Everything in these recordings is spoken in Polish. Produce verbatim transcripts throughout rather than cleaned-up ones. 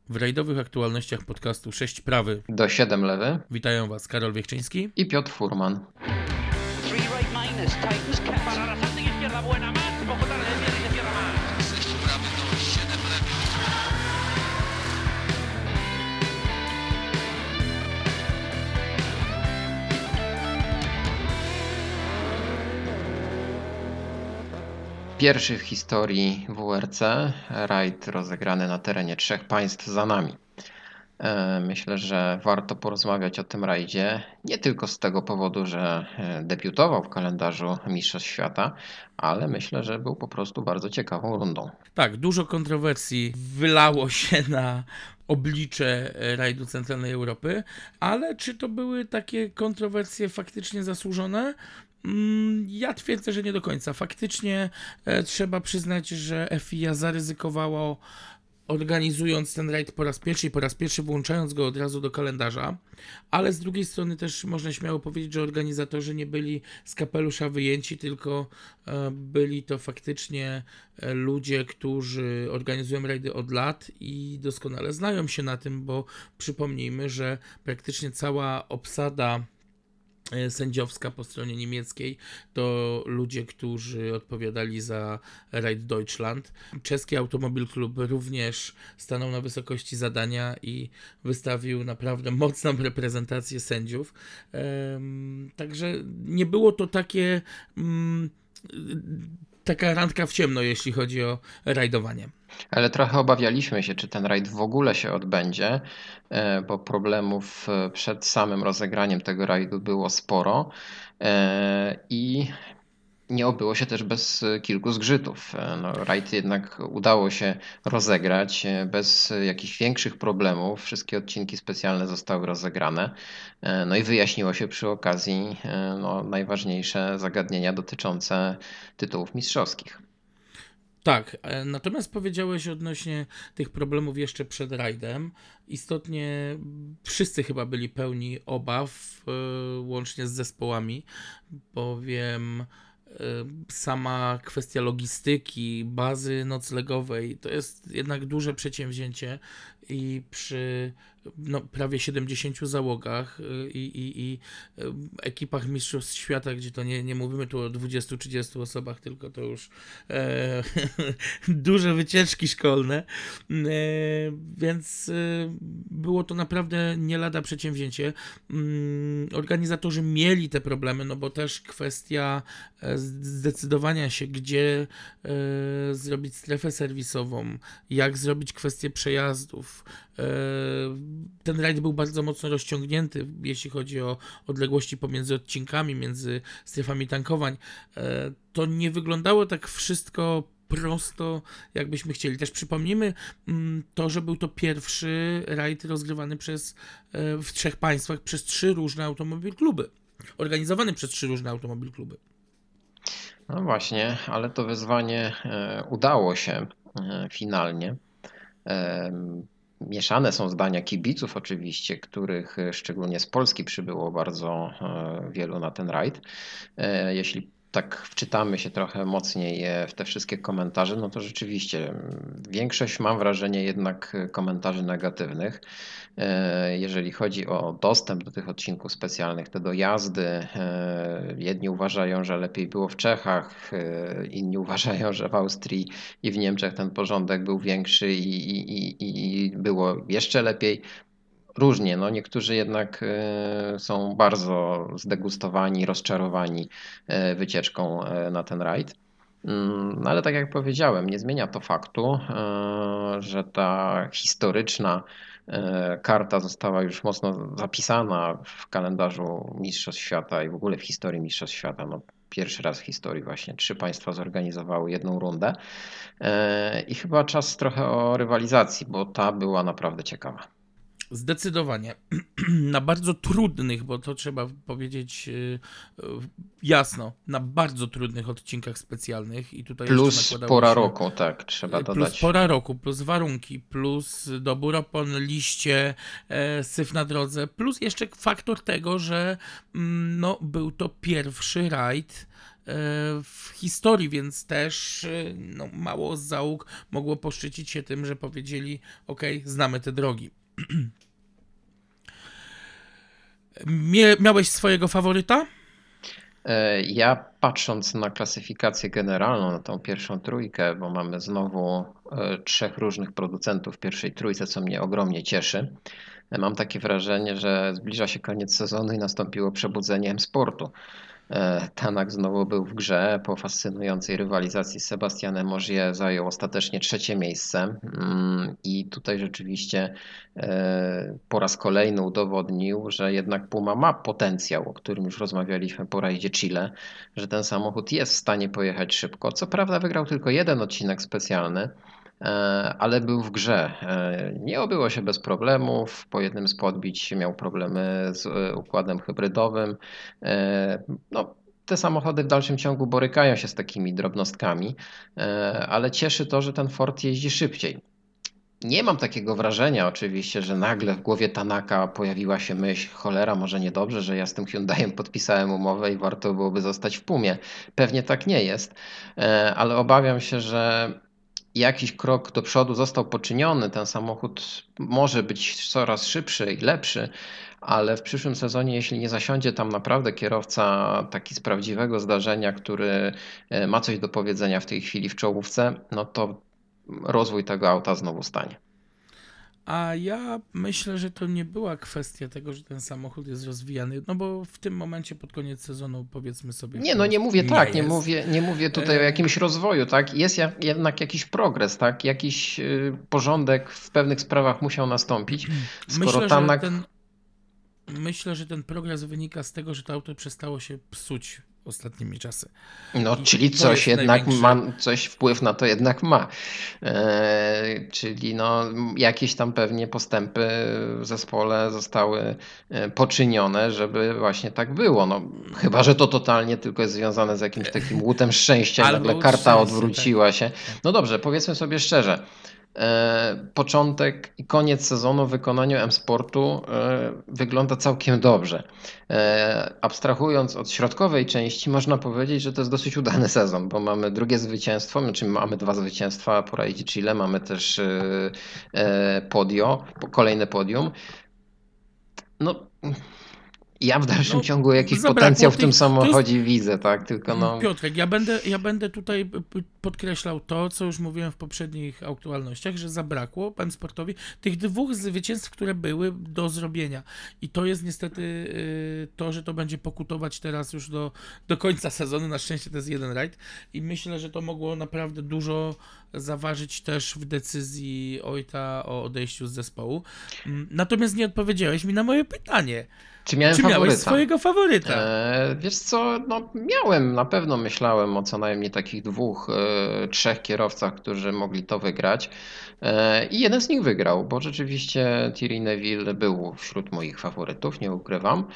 W rajdowych aktualnościach podcastu sześć prawy do siedem lewy witają Was Karol Wiechczyński i Piotr Furman. Pierwszy w historii W R C rajd rozegrany na terenie trzech państw za nami. Myślę, że warto porozmawiać o tym rajdzie nie tylko z tego powodu, że debiutował w kalendarzu Mistrzostw Świata, ale myślę, że był po prostu bardzo ciekawą rundą. Tak, dużo kontrowersji wylało się na oblicze rajdu Centralnej Europy, ale czy to były takie kontrowersje faktycznie zasłużone? Ja twierdzę, że nie do końca. Faktycznie e, trzeba przyznać, że F I A zaryzykowało, organizując ten rajd po raz pierwszy i po raz pierwszy włączając go od razu do kalendarza, ale z drugiej strony też można śmiało powiedzieć, że organizatorzy nie byli z kapelusza wyjęci, tylko e, byli to faktycznie e, ludzie, którzy organizują rajdy od lat i doskonale znają się na tym, bo przypomnijmy, że praktycznie cała obsada sędziowska po stronie niemieckiej to ludzie, którzy odpowiadali za Raid Deutschland. Czeski Automobil Klub również stanął na wysokości zadania i wystawił naprawdę mocną reprezentację sędziów. Ehm, także nie było to takie mm, taka randka w ciemno, jeśli chodzi o rajdowanie. Ale trochę obawialiśmy się, czy ten rajd w ogóle się odbędzie, bo problemów przed samym rozegraniem tego rajdu było sporo i nie obyło się też bez kilku zgrzytów. No, rajd jednak udało się rozegrać bez jakichś większych problemów. Wszystkie odcinki specjalne zostały rozegrane. No i wyjaśniło się przy okazji no, najważniejsze zagadnienia dotyczące tytułów mistrzowskich. Tak, natomiast powiedziałeś odnośnie tych problemów jeszcze przed rajdem. Istotnie wszyscy chyba byli pełni obaw, łącznie z zespołami, bowiem sama kwestia logistyki, bazy noclegowej to jest jednak duże przedsięwzięcie i przy no, prawie siedemdziesięciu załogach i, i, i ekipach mistrzostw świata, gdzie to nie, nie mówimy tu o dwudziestu trzydziestu osobach, tylko to już e, duże wycieczki szkolne, e, więc e, było to naprawdę nie lada przedsięwzięcie. Organizatorzy mieli te problemy, no bo też kwestia zdecydowania się, gdzie e, zrobić strefę serwisową, jak zrobić kwestię przejazdów. E, ten rajd był bardzo mocno rozciągnięty, jeśli chodzi o odległości pomiędzy odcinkami, między strefami tankowań. E, to nie wyglądało tak wszystko prosto, jakbyśmy chcieli. Też przypomnijmy to, że był to pierwszy rajd rozgrywany przez, e, w trzech państwach przez trzy różne automobil kluby. Organizowany przez trzy różne automobil kluby. No właśnie, ale to wyzwanie udało się finalnie. Mieszane są zdania kibiców oczywiście, których szczególnie z Polski przybyło bardzo wielu na ten rajd. Jeśli tak wczytamy się trochę mocniej w te wszystkie komentarze, no to rzeczywiście większość, mam wrażenie, jednak komentarzy negatywnych. Jeżeli chodzi o dostęp do tych odcinków specjalnych, te dojazdy, jedni uważają, że lepiej było w Czechach, inni uważają, że w Austrii i w Niemczech ten porządek był większy i, i, i było jeszcze lepiej. Różnie, no niektórzy jednak są bardzo zdegustowani, rozczarowani wycieczką na ten rajd. No ale tak jak powiedziałem, nie zmienia to faktu, że ta historyczna karta została już mocno zapisana w kalendarzu Mistrzostw Świata i w ogóle w historii Mistrzostw Świata. No, pierwszy raz w historii właśnie trzy państwa zorganizowały jedną rundę i chyba czas trochę o rywalizacji, bo ta była naprawdę ciekawa. Zdecydowanie. Na bardzo trudnych, bo to trzeba powiedzieć jasno, na bardzo trudnych odcinkach specjalnych i tutaj plus pora się, roku, tak, trzeba plus dodać. Plus pora roku, plus warunki, plus dobór opon, liście, e, syf na drodze, plus jeszcze faktor tego, że no, był to pierwszy rajd w historii, więc też no, mało załóg mogło poszczycić się tym, że powiedzieli: OK, znamy te drogi. Mie- miałeś swojego faworyta? Ja patrząc na klasyfikację generalną, na tą pierwszą trójkę, bo mamy znowu trzech różnych producentów w pierwszej trójce, co mnie ogromnie cieszy. Mam takie wrażenie, że zbliża się koniec sezonu i nastąpiło przebudzenie M-Sportu. Tanak znowu był w grze. Po fascynującej rywalizacji z Sebastianem Ogier zajął ostatecznie trzecie miejsce i tutaj rzeczywiście po raz kolejny udowodnił, że jednak Puma ma potencjał, o którym już rozmawialiśmy po rajdzie Chile, że ten samochód jest w stanie pojechać szybko. Co prawda wygrał tylko jeden odcinek specjalny, ale był w grze. Nie obyło się bez problemów. Po jednym z podbić miał problemy z układem hybrydowym. No, te samochody w dalszym ciągu borykają się z takimi drobnostkami, ale cieszy to, że ten Ford jeździ szybciej. Nie mam takiego wrażenia oczywiście, że nagle w głowie Tanaka pojawiła się myśl: cholera, może niedobrze, że ja z tym Hyundaiem podpisałem umowę i warto byłoby zostać w Pumie. Pewnie tak nie jest, ale obawiam się, że jakiś krok do przodu został poczyniony. Ten samochód może być coraz szybszy i lepszy, ale w przyszłym sezonie, jeśli nie zasiądzie tam naprawdę kierowca taki z prawdziwego zdarzenia, który ma coś do powiedzenia w tej chwili w czołówce, no to rozwój tego auta znowu stanie. A ja myślę, że to nie była kwestia tego, że ten samochód jest rozwijany, no bo w tym momencie pod koniec sezonu, powiedzmy sobie... Nie, no nie mówię nie tak, nie jest. mówię, nie mówię tutaj o jakimś rozwoju, tak? Jest jednak jakiś progres, tak? Jakiś porządek w pewnych sprawach musiał nastąpić. Skoro Myślę, Tanak... że ten, myślę, że ten progres wynika z tego, że to auto przestało się psuć ostatnimi czasy. No, I czyli to coś jest jednak największy- ma, coś wpływ na to jednak ma. E, czyli no, jakieś tam pewnie postępy w zespole zostały e, poczynione, żeby właśnie tak było. No, chyba że to totalnie tylko jest związane z jakimś takim łutem szczęścia i Albo nagle łód karta szczęścia, odwróciła się. No dobrze, powiedzmy sobie szczerze. E, Początek i koniec sezonu w wykonaniu M-Sportu e, wygląda całkiem dobrze. E, Abstrahując od środkowej części, można powiedzieć, że to jest dosyć udany sezon, bo mamy drugie zwycięstwo, znaczy mamy dwa zwycięstwa po rajdzie Chile, mamy też e, e, podio, kolejne podium. No, ja w dalszym No, ciągu jakiś zabrakło potencjał w tym tych- to jest- samochodzie widzę, tak? Tylko no. Piotrek, ja będę, ja będę tutaj p- p- podkreślał to, co już mówiłem w poprzednich aktualnościach, że zabrakło M-Sportowi tych dwóch zwycięstw, które były do zrobienia. I to jest niestety y, to, że to będzie pokutować teraz już do, do końca sezonu. Na szczęście to jest jeden rajd i myślę, że to mogło naprawdę dużo zaważyć też w decyzji Ojta o odejściu z zespołu. Mm, Natomiast nie odpowiedziałeś mi na moje pytanie. Czy miałem Czy miałeś faworyta? swojego faworyta? E, wiesz co, no miałem, na pewno myślałem o co najmniej takich dwóch, e, trzech kierowcach, którzy mogli to wygrać. E, I jeden z nich wygrał, bo rzeczywiście Thierry Neuville był wśród moich faworytów, nie ukrywam.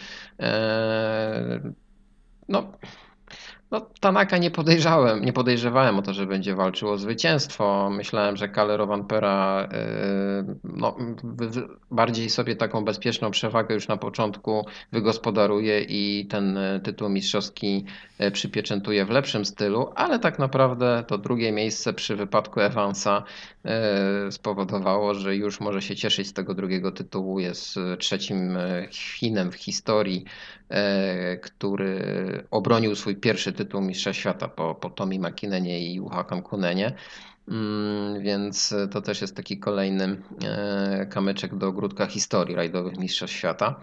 E, no, no, Tanaka nie podejrzałem, nie podejrzewałem o to, że będzie walczył o zwycięstwo. Myślałem, że Kalle Rovanpera yy, no, w- w- bardziej sobie taką bezpieczną przewagę już na początku wygospodaruje i ten y, tytuł mistrzowski y, przypieczętuje w lepszym stylu, ale tak naprawdę to drugie miejsce przy wypadku Evansa y, spowodowało, że już może się cieszyć z tego drugiego tytułu. Jest y, trzecim y, Chinem w historii, y, który obronił swój pierwszy tytuł mistrza świata po, po Tomie McKinnenie i Juha Kankkunenie. Mm, Więc to też jest taki kolejny e, kamyczek do ogródka historii rajdowych mistrzostw świata.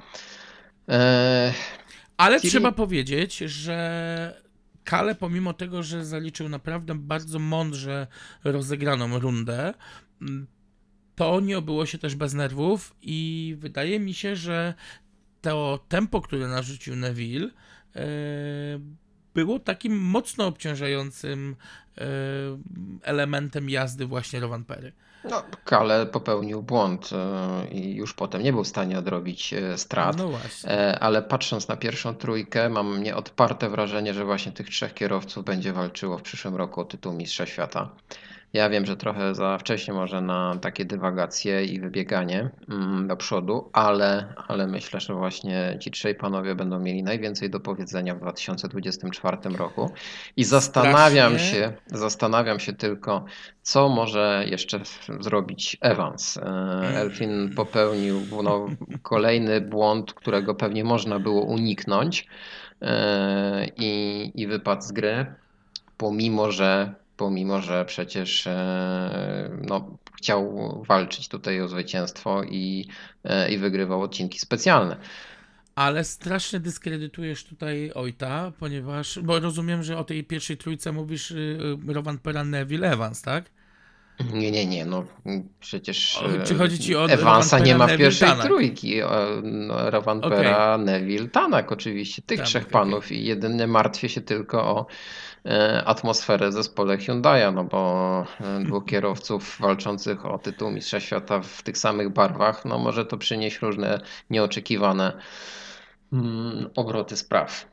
E, Ale Thierry- trzeba powiedzieć, że Kale, pomimo tego, że zaliczył naprawdę bardzo mądrze rozegraną rundę, m, to nie obyło się też bez nerwów i wydaje mi się, że to tempo, które narzucił Neville, e, było takim mocno obciążającym e, elementem jazdy właśnie Rovanpery. No, Kalle popełnił błąd e, i już potem nie był w stanie odrobić e, strat. No właśnie. E, Ale patrząc na pierwszą trójkę, mam nieodparte wrażenie, że właśnie tych trzech kierowców będzie walczyło w przyszłym roku o tytuł mistrza świata. Ja wiem, że trochę za wcześnie może na takie dywagacje i wybieganie mm, do przodu, ale, ale myślę, że właśnie ci trzej panowie będą mieli najwięcej do powiedzenia w dwa tysiące dwudziestym czwartym roku. I zastanawiam Strasznie. się, zastanawiam się tylko, co może jeszcze w- zrobić Evans. E, Elfin Mm. popełnił no, kolejny błąd, którego pewnie można było uniknąć e, i, i wypadł z gry pomimo że, pomimo że przecież e, no, chciał walczyć tutaj o zwycięstwo i, e, i wygrywał odcinki specjalne. Ale strasznie dyskredytujesz tutaj Ojta, ponieważ, bo rozumiem, że o tej pierwszej trójce mówisz y, y, Rowan Peran, Neville, Evans, tak? Nie, nie, nie, no przecież O, czy e, chodzi ci o Rowan Evansa nie Peran, ma w Neville, pierwszej Tanak? trójki. E, No, Okej, Rovanpera, Neville, Tanak oczywiście, tych trzech Tanak, okej. panów i jedynie martwię się tylko o e, atmosferę w zespole Hyundai'a, no bo e, dwóch kierowców walczących o tytuł Mistrza Świata w tych samych barwach, no może to przynieść różne nieoczekiwane mm, obroty spraw.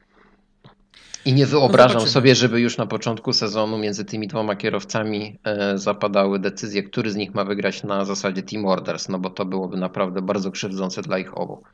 I nie No wyobrażam zobaczymy. sobie, żeby już na początku sezonu między tymi dwoma kierowcami e, zapadały decyzje, który z nich ma wygrać na zasadzie Team Orders, no bo to byłoby naprawdę bardzo krzywdzące dla ich obu.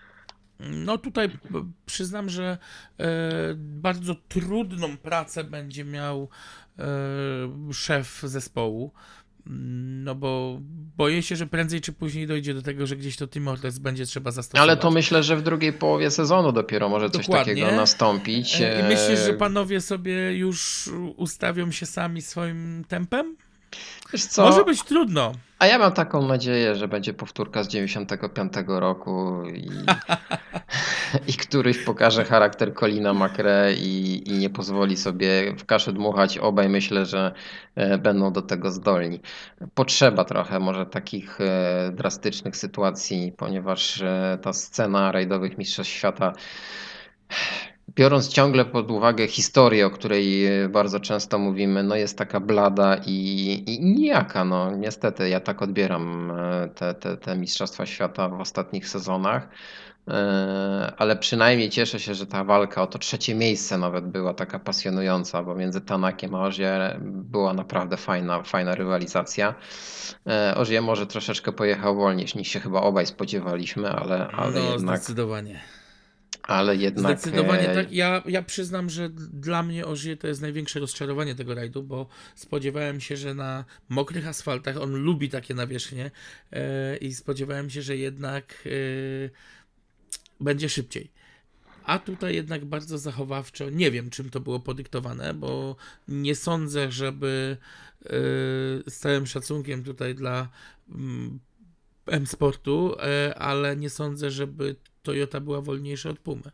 No tutaj b- przyznam, że e, bardzo trudną pracę będzie miał e, szef zespołu. Mm, No bo boję się, że prędzej czy później dojdzie do tego, że gdzieś to Team Orles będzie trzeba Ale to zastosować. myślę, że w drugiej połowie sezonu dopiero może coś takiego Dokładnie. nastąpić. E, I myślisz, że E, panowie sobie już ustawią się sami swoim tempem? Wiesz Może co, być trudno. a ja mam taką nadzieję, że będzie powtórka z dziewięćdziesiątego piątego roku i, i któryś pokaże charakter Colina McRae i, i nie pozwoli sobie w kaszę dmuchać. Obaj myślę, że e, będą do tego zdolni. Potrzeba trochę może takich e, drastycznych sytuacji, ponieważ e, ta scena rajdowych mistrzostw świata, biorąc ciągle pod uwagę historię, o której e, bardzo często mówimy, no jest taka blada i, i nijaka. No, niestety ja tak odbieram e, te, te, te mistrzostwa świata w ostatnich sezonach. E, Ale przynajmniej cieszę się, że ta walka o to trzecie miejsce nawet była taka pasjonująca, bo między Tanakiem a Ogier była naprawdę fajna, fajna rywalizacja. E, Ogier może troszeczkę pojechał wolniej niż się chyba obaj spodziewaliśmy, ale, ale No, jednak, zdecydowanie. ale jednak Zdecydowanie e, tak. Ja, ja przyznam, że dla mnie Ogier to jest największe rozczarowanie tego rajdu, bo spodziewałem się, że na mokrych asfaltach on lubi takie nawierzchnie e, i spodziewałem się, że jednak e, będzie szybciej. A tutaj jednak bardzo zachowawczo. Nie wiem, czym to było podyktowane, bo nie sądzę, żeby yy, z całym szacunkiem tutaj dla mm, M-Sportu, yy, ale nie sądzę, żeby Toyota była wolniejsza od Pumy.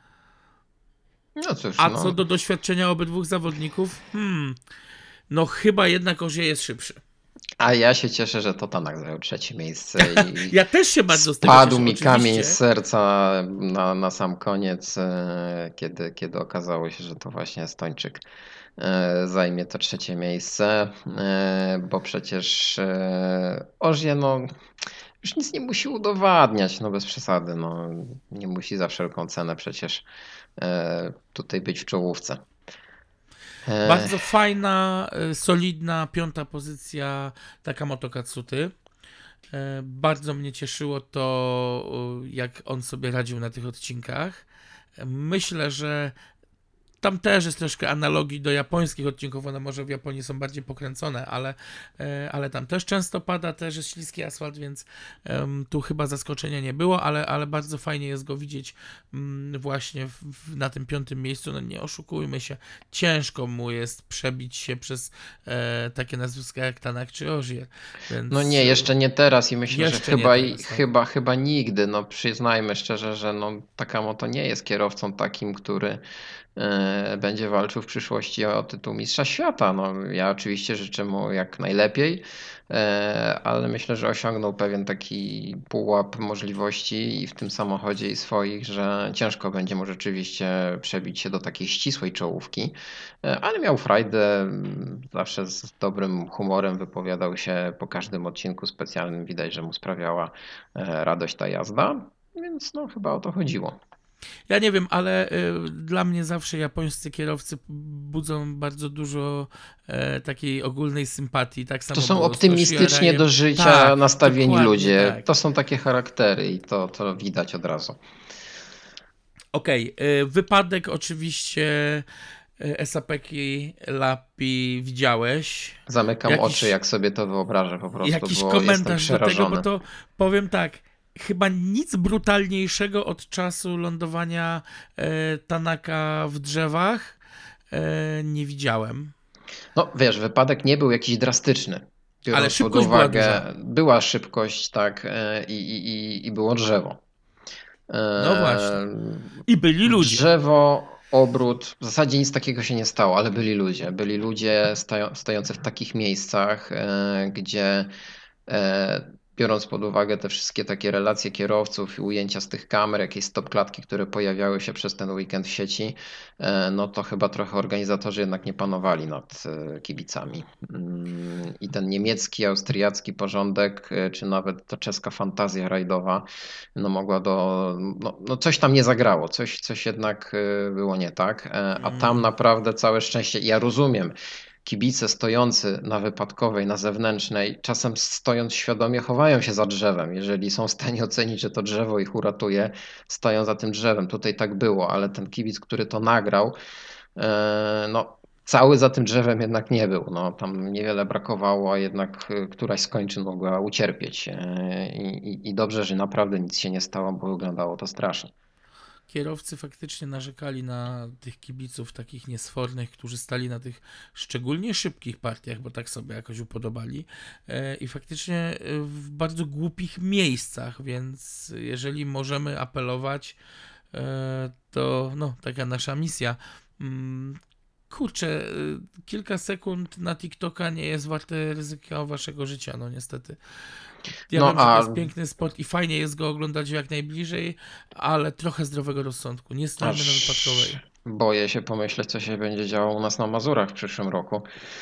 no cóż, A co no. do doświadczenia obydwu zawodników, hmm, no chyba jednak Ogier jest szybszy. A ja się cieszę, że to Tanak zajął trzecie miejsce i Ja też się bardzo z tego spadł cieszę, mi kamień z oczywiście. serca na, na sam koniec, e, kiedy, kiedy okazało się, że to właśnie Estończyk e, zajmie to trzecie miejsce, e, bo przecież e, Ogier no, już nic nie musi udowadniać, no bez przesady, no, nie musi za wszelką cenę przecież e, tutaj być w czołówce. E, Bardzo fajna, y, solidna piąta pozycja Takamoto Katsuty. E, Bardzo mnie cieszyło to, y, jak on sobie radził na tych odcinkach. E, Myślę, że tam też jest troszkę analogii do japońskich odcinków, one może w Japonii są bardziej pokręcone, ale, e, ale tam też często pada, też jest śliski asfalt, więc em, tu chyba zaskoczenia nie było, ale, ale bardzo fajnie jest go widzieć mm, właśnie w, w, na tym piątym miejscu. No nie oszukujmy się, ciężko mu jest przebić się przez e, takie nazwiska jak Tanak czy Ogier, No więc nie, e, jeszcze nie teraz i myślę, że jeszcze nie chyba, i- teraz, tak. chyba, chyba nigdy. No przyznajmy szczerze, że no, Takamoto nie jest kierowcą takim, który e, będzie walczył w przyszłości o tytuł Mistrza Świata. No, ja oczywiście życzę mu jak najlepiej, e, ale myślę, że osiągnął pewien taki pułap możliwości i w tym samochodzie i swoich, że ciężko będzie mu rzeczywiście przebić się do takiej ścisłej czołówki. E, Ale miał frajdę, m, zawsze z dobrym humorem wypowiadał się po każdym odcinku specjalnym. Widać, że mu sprawiała e, radość ta jazda, więc no chyba o to chodziło. Ja nie wiem, ale y, dla mnie zawsze japońscy kierowcy budzą bardzo dużo e, takiej ogólnej sympatii. Tak To samo są było z Toshi optymistycznie do Arayem. życia Tak, nastawieni dokładnie ludzie. tak. To są takie charaktery i to, to widać od razu. Okej, y, wypadek oczywiście y, Esapeki Lapi widziałeś. Zamykam oczy, Jakiś, jak sobie to wyobrażę po prostu, jakiś bo jestem komentarz do tego, bo przerażony. to powiem tak, chyba nic brutalniejszego od czasu lądowania e, Tanaka w drzewach e, nie widziałem. No wiesz, wypadek nie był jakiś drastyczny, Ale biorąc pod szybkość była uwagę, duża. była szybkość, tak, e, i, i, i- i było drzewo. No właśnie. E, I byli ludzie. Drzewo, obrót, w zasadzie nic takiego się nie stało, ale byli ludzie. Byli ludzie stają, stojący w takich miejscach, e, gdzie e, biorąc pod uwagę te wszystkie takie relacje kierowców i ujęcia z tych kamer, jakieś stopklatki, które pojawiały się przez ten weekend w sieci, e, no to chyba trochę organizatorzy jednak nie panowali nad e, kibicami. Mm, I ten niemiecki, austriacki porządek, e, czy nawet ta czeska fantazja rajdowa, no mogła do, no, no coś tam nie zagrało, coś, coś jednak e, było nie tak, E, a tam Mm, naprawdę całe szczęście, ja rozumiem, kibice stojący na wypadkowej, na zewnętrznej, czasem stojąc świadomie chowają się za drzewem, jeżeli są w stanie ocenić, że to drzewo ich uratuje, stoją za tym drzewem. Tutaj tak było, ale ten kibic, który to nagrał, e, no cały za tym drzewem jednak nie był. No, tam niewiele brakowało, a jednak e, któraś z kończyn mogła ucierpieć. E, I, i, I dobrze, że naprawdę nic się nie stało, bo wyglądało to strasznie. Kierowcy faktycznie narzekali na tych kibiców takich niesfornych, którzy stali na tych szczególnie szybkich partiach, bo tak sobie jakoś upodobali e, i faktycznie e, w bardzo głupich miejscach, więc jeżeli możemy apelować, e, to no, taka nasza misja. Mm, Kurczę, y, kilka sekund na TikToka nie jest warte ryzyka waszego życia, no niestety. Ja No wiem, że to a jest piękny sport i fajnie jest go oglądać jak najbliżej, ale trochę zdrowego rozsądku. Nie stajmy na aż wypadkowej. boję się pomyśleć, co się będzie działo u nas na Mazurach w przyszłym roku.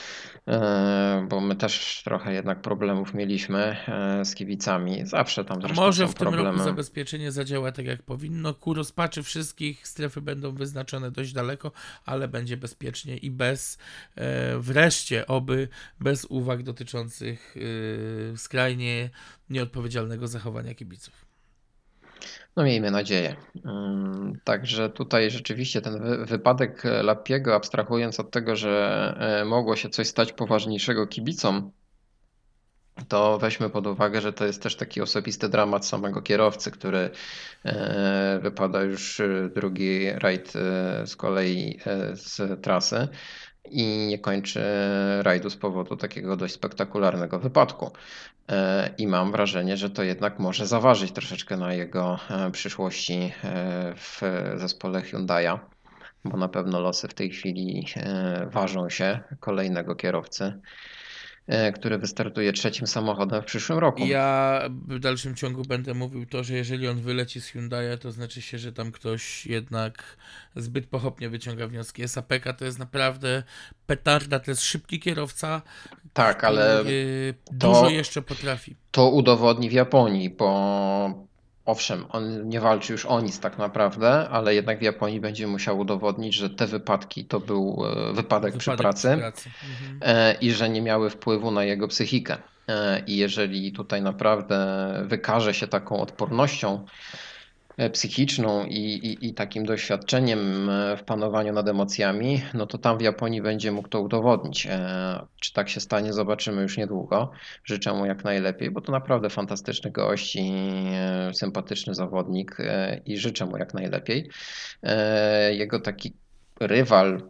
E, bo my też trochę jednak problemów mieliśmy e, z kibicami. Zawsze tam A zresztą może są w tym roku problemy. zabezpieczenie zadziała tak jak powinno. Ku rozpaczy wszystkich strefy będą wyznaczone dość daleko, ale będzie bezpiecznie i bez, e, wreszcie oby, bez uwag dotyczących e, skrajnie nieodpowiedzialnego zachowania kibiców. No miejmy nadzieję. Mm, Także tutaj rzeczywiście ten wy- wypadek Lapiego, abstrahując od tego, że e, mogło się coś stać poważniejszego kibicom, to weźmy pod uwagę, że to jest też taki osobisty dramat samego kierowcy, który e, wypada już e, drugi rajd e, z kolei e, z trasy i nie kończy rajdu z powodu takiego dość spektakularnego wypadku. E, I mam wrażenie, że to jednak może zaważyć troszeczkę na jego e, przyszłości e, w zespole Hyundai'a, bo na pewno losy w tej chwili e, ważą się kolejnego kierowcy, e, który wystartuje trzecim samochodem w przyszłym roku. Ja w dalszym ciągu będę mówił to, że jeżeli on wyleci z Hyundai'a, to znaczy się, że tam ktoś jednak zbyt pochopnie wyciąga wnioski. S A P K to jest naprawdę petarda, to jest szybki kierowca, Tak, ale który dużo to, jeszcze potrafi. to udowodni w Japonii, bo owszem, on nie walczy już o nic tak naprawdę, ale jednak w Japonii będzie musiał udowodnić, że te wypadki to był e, wypadek przy Wypadek przy pracy pracy. Mhm. e, i że nie miały wpływu na jego psychikę. E, I jeżeli tutaj naprawdę wykaże się taką odpornością e, psychiczną i, i, i takim doświadczeniem e, w panowaniu nad emocjami, no to tam w Japonii będzie mógł to udowodnić. E, Czy tak się stanie, zobaczymy już niedługo. Życzę mu jak najlepiej, bo to naprawdę fantastyczny gość i e, sympatyczny zawodnik e, i życzę mu jak najlepiej. E, Jego taki rywal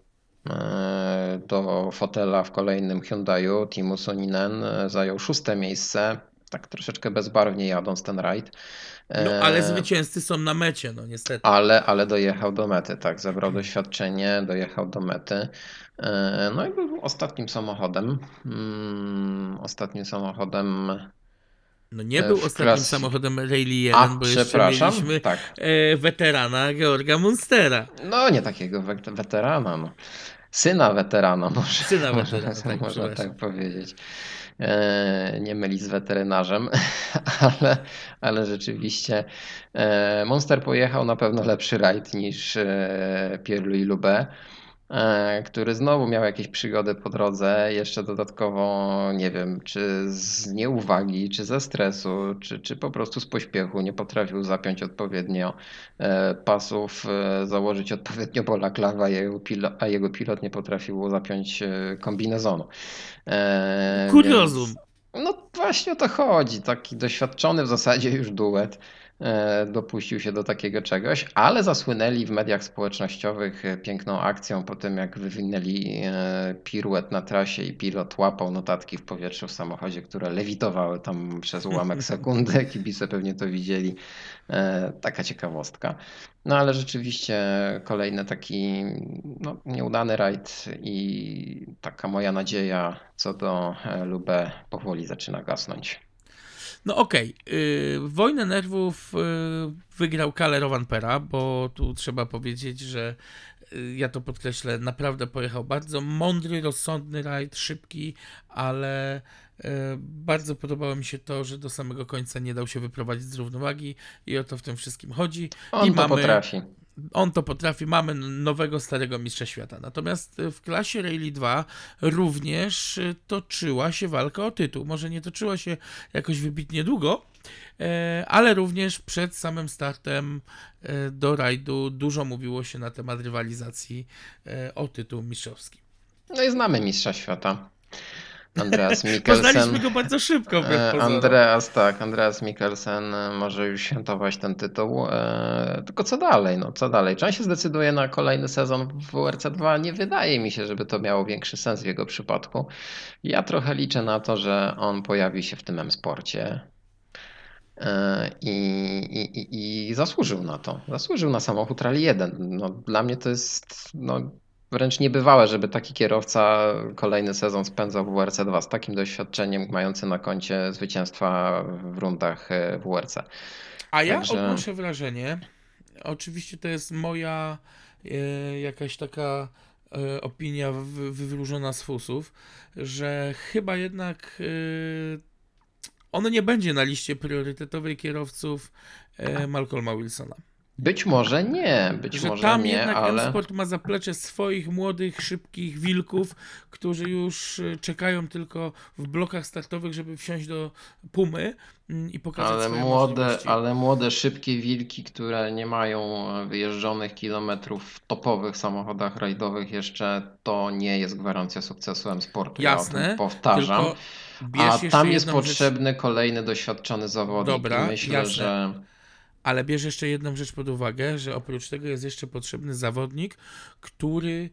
e, do fotela w kolejnym Hyundaiu, Timo Soninen, e, zajął szóste miejsce, tak troszeczkę bezbarwnie jadąc ten rajd. No ale E, zwycięzcy są na mecie, no niestety. ale, ale dojechał do mety, tak, zebrał doświadczenie, dojechał do mety. E, No i był ostatnim samochodem. mm, Ostatnim samochodem No nie e, był w ostatnim klasy. samochodem Rally A, jeden, bo jeszcze przepraszam, mieliśmy tak. e, weterana Georga Munstera. No nie takiego wek- weterana, no. Syna weterana, może, Syna można, weterana, tak, można przepraszam. tak powiedzieć. nie mylić z weterynarzem, ale, ale rzeczywiście Monster pojechał na pewno lepszy rajd niż Pierre-Louis Loubet, który znowu miał jakieś przygody po drodze, jeszcze dodatkowo nie wiem, czy z nieuwagi, czy ze stresu, czy, czy po prostu z pośpiechu nie potrafił zapiąć odpowiednio pasów, założyć odpowiednio balaklawa, a jego pilot, a jego pilot nie potrafił zapiąć kombinezonu. Kuriozum. Więc no właśnie o to chodzi. Taki doświadczony w zasadzie już duet dopuścił się do takiego czegoś, ale zasłynęli w mediach społecznościowych piękną akcją po tym, jak wywinęli piruet na trasie i pilot łapał notatki w powietrzu w samochodzie, które lewitowały tam przez ułamek sekundy. Kibice pewnie to widzieli. Taka ciekawostka. No ale rzeczywiście kolejny taki no, nieudany rajd i taka moja nadzieja co do Loubet powoli zaczyna gasnąć. No okej, okay. yy, Wojnę nerwów yy, wygrał Kalle Rovanpera, bo tu trzeba powiedzieć, że yy, ja to podkreślę, naprawdę pojechał bardzo mądry, rozsądny rajd, szybki, ale yy, bardzo podobało mi się to, że do samego końca nie dał się wyprowadzić z równowagi i o to w tym wszystkim chodzi. On I to mamy, potrafi. On to potrafi, mamy nowego, starego mistrza świata. Natomiast w klasie Rally dwa również toczyła się walka o tytuł. Może nie toczyła się jakoś wybitnie długo, ale również przed samym startem do rajdu dużo mówiło się na temat rywalizacji o tytuł mistrzowski. No i znamy mistrza świata. Andreas Mikkelsen. Poznaliśmy go bardzo szybko. Andreas, tak, Andreas Mikkelsen może już świętować ten tytuł. Tylko co dalej? No co dalej? Czy on się zdecyduje na kolejny sezon w W R C dwa? Nie wydaje mi się, żeby to miało większy sens w jego przypadku. Ja trochę liczę na to, że on pojawi się w tym M-Sporcie. I, i, I zasłużył na to. Zasłużył na samochód Rally jeden. No, dla mnie to jest no, wręcz niebywałe, żeby taki kierowca kolejny sezon spędzał w W R C dwa z takim doświadczeniem, mający na koncie zwycięstwa w rundach W R C. A ja Także... odnoszę wrażenie, oczywiście to jest moja e, jakaś taka e, opinia wy, wywróżona z fusów, że chyba jednak e, on nie będzie na liście priorytetowej kierowców e, Malcolma Wilsona. Być może nie, być że może tam nie, jednak ale... M-Sport ma zaplecze swoich młodych, szybkich wilków, którzy już czekają tylko w blokach startowych, żeby wsiąść do Pumy i pokazać ale swoje młode, możliwości. Ale młode, szybkie wilki, które nie mają wyjeżdżonych kilometrów w topowych samochodach rajdowych jeszcze, to nie jest gwarancja sukcesu M-Sportu. Jasne, ja o tym powtarzam. A tam jest potrzebny rzecz... kolejny, doświadczony zawodnik. Dobra, i myślę, jasne. że... Ale bierz jeszcze jedną rzecz pod uwagę, że oprócz tego jest jeszcze potrzebny zawodnik, który,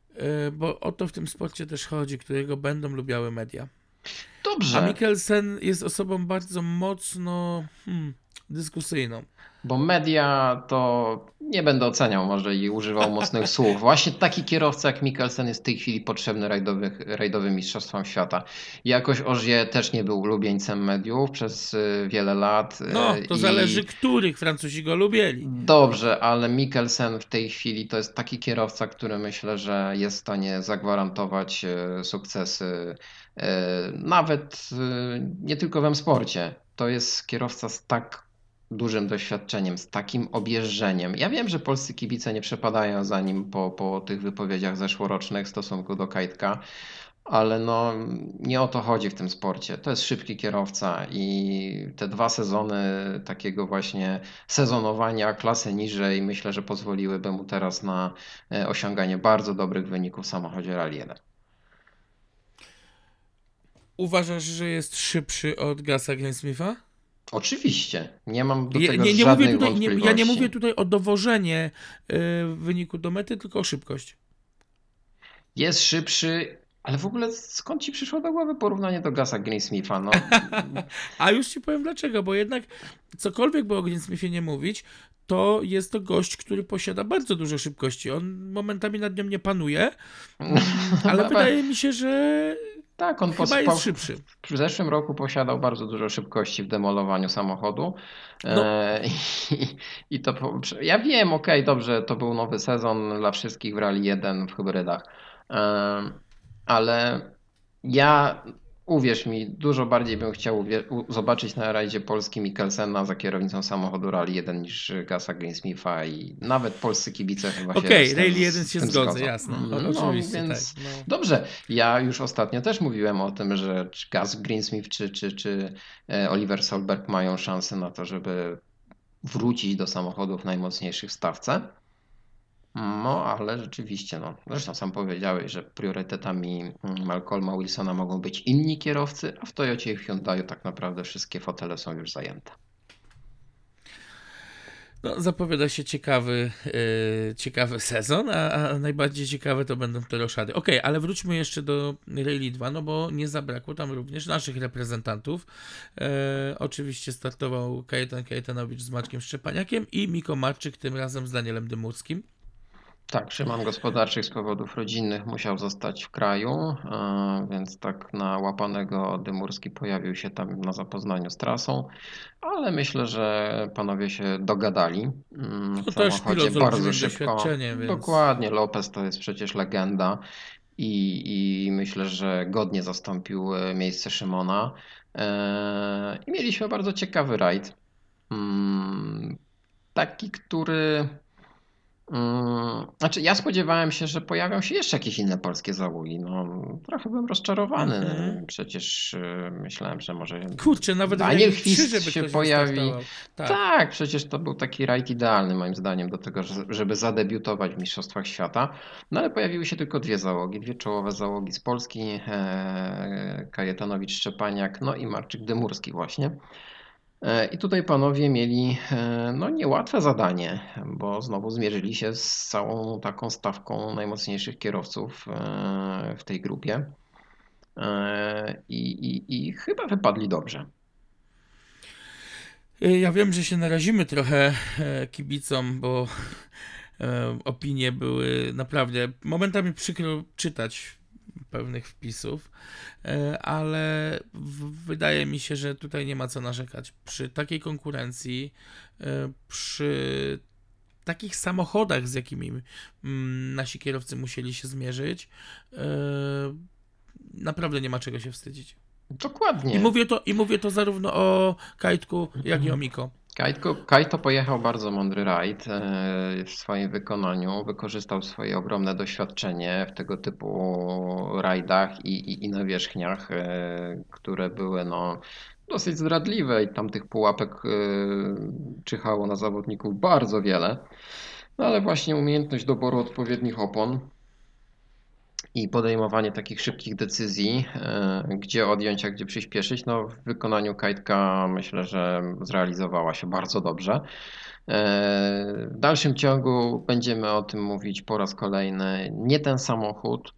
bo o to w tym sporcie też chodzi, którego będą lubiały media. Dobrze. A Mikkelsen jest osobą bardzo mocno hmm, dyskusyjną. Bo media to nie będę oceniał może i używał mocnych słów. Właśnie taki kierowca jak Mikkelsen jest w tej chwili potrzebny rajdowych, rajdowym mistrzostwom świata. Jakoś Ogier też nie był ulubieńcem mediów przez wiele lat. No, to i... zależy, których Francuzi go lubieli. Dobrze, ale Mikkelsen w tej chwili to jest taki kierowca, który myślę, że jest w stanie zagwarantować sukcesy nawet nie tylko w M-Sporcie. To jest kierowca z tak dużym doświadczeniem, z takim objeżdżeniem. Ja wiem, że polscy kibice nie przepadają za nim po, po tych wypowiedziach zeszłorocznych w stosunku do Kajtka, ale no nie o to chodzi w tym sporcie. To jest szybki kierowca i te dwa sezony takiego właśnie sezonowania klasy niżej myślę, że pozwoliłyby mu teraz na osiąganie bardzo dobrych wyników w samochodzie Rally jeden. Uważasz, że jest szybszy od Gasa Greensmitha? Oczywiście, nie mam do tego nie, nie, nie żadnych mówię tutaj, wątpliwości. Nie, ja nie mówię tutaj o dowożenie y, wyniku do mety, tylko o szybkość. Jest szybszy, ale w ogóle skąd ci przyszło do głowy porównanie do Gasa Greensmitha? No. A już ci powiem dlaczego, bo jednak cokolwiek by o Greensmithie nie mówić, to jest to gość, który posiada bardzo dużo szybkości. On momentami nad nią nie panuje, ale wydaje mi się, że tak, on chyba jest szybszy. W zeszłym roku posiadał bardzo dużo szybkości w demolowaniu samochodu. No. E, i, I to ja wiem, okej, okay, dobrze, to był nowy sezon dla wszystkich w Rally jeden w hybrydach. E, ale ja Uwierz mi, dużo bardziej bym chciał uwie- u- zobaczyć na rajdzie polskim Mikkelsena za kierownicą samochodu Rally jeden niż Gasa Greensmitha i nawet polscy kibice chyba się Okej, z tym, Rally jeden z się tym zgodzę, zgodzą. jasne. O, Mm, No oczywiście, tak. więc No. dobrze, ja już ostatnio też mówiłem o tym, że czy Gas Greensmith czy, czy, czy e, Oliver Solberg mają szansę na to, żeby wrócić do samochodów najmocniejszych w stawce. No, ale rzeczywiście, no, zresztą sam powiedziałeś, że priorytetami mm, Malcolma Wilsona mogą być inni kierowcy, a w Toyocie i w Hyundaiu tak naprawdę wszystkie fotele są już zajęte. No, zapowiada się ciekawy, yy, ciekawy sezon, a, a najbardziej ciekawe to będą te roszady. Okej, ale wróćmy jeszcze do Rally dwa, no bo nie zabrakło tam również naszych reprezentantów. E, oczywiście startował Kajetan Kajetanowicz z Maćkiem Szczepaniakiem i Miko Marczyk, tym razem z Danielem Dymurskim. Tak, Szymon Gospodarczyk z powodów rodzinnych musiał zostać w kraju, e, więc tak na łapanego Dymurski pojawił się tam na zapoznaniu z trasą, ale myślę, że panowie się dogadali mm, w No też samochodzie pilot z bardzo olbrzymim szybko. doświadczeniem, więc Dokładnie, Lopez to jest przecież legenda i, i myślę, że godnie zastąpił e, miejsce Szymona. E, I mieliśmy bardzo ciekawy rajd. Mm, Taki, który Mm, Znaczy, ja spodziewałem się, że pojawią się jeszcze jakieś inne polskie załogi. No, trochę byłem rozczarowany. mhm. Przecież y, myślałem, że może Kurczę, nawet w Daniel Rally trzy, Chwist żeby się ktoś pojawi. wystartował. Tak. Tak, przecież to był taki rajd idealny moim zdaniem do tego, że- żeby zadebiutować w Mistrzostwach Świata. No ale pojawiły się tylko dwie załogi, dwie czołowe załogi z Polski. E, Kajetanowicz-Szczepaniak, no i Marczyk Dymurski właśnie. E, I tutaj panowie mieli e, no, niełatwe zadanie, bo znowu zmierzyli się z całą taką stawką najmocniejszych kierowców e, w tej grupie. E, I, i, i chyba wypadli dobrze. Y, Ja wiem, że się narazimy trochę e, kibicom, bo e, opinie były naprawdę momentami przykro czytać pewnych wpisów, e, ale w, wydaje mi się, że tutaj nie ma co narzekać. Przy takiej konkurencji, e, przy takich samochodach, z jakimi mm, nasi kierowcy musieli się zmierzyć, e, naprawdę nie ma czego się wstydzić. I Dokładnie. mówię to, i mówię to zarówno o Kajtku, jak i o Miko. Kajtko, Kajto pojechał bardzo mądry rajd e, w swoim wykonaniu. Wykorzystał swoje ogromne doświadczenie w tego typu rajdach i, i, i nawierzchniach, e, które były no, dosyć zdradliwe i tam tych pułapek e, czyhało na zawodników bardzo wiele. No ale właśnie umiejętność doboru odpowiednich opon i podejmowanie takich szybkich decyzji, e, gdzie odjąć, a gdzie przyspieszyć, no w wykonaniu Kajtka myślę, że zrealizowała się bardzo dobrze. E, W dalszym ciągu będziemy o tym mówić po raz kolejny. Nie ten samochód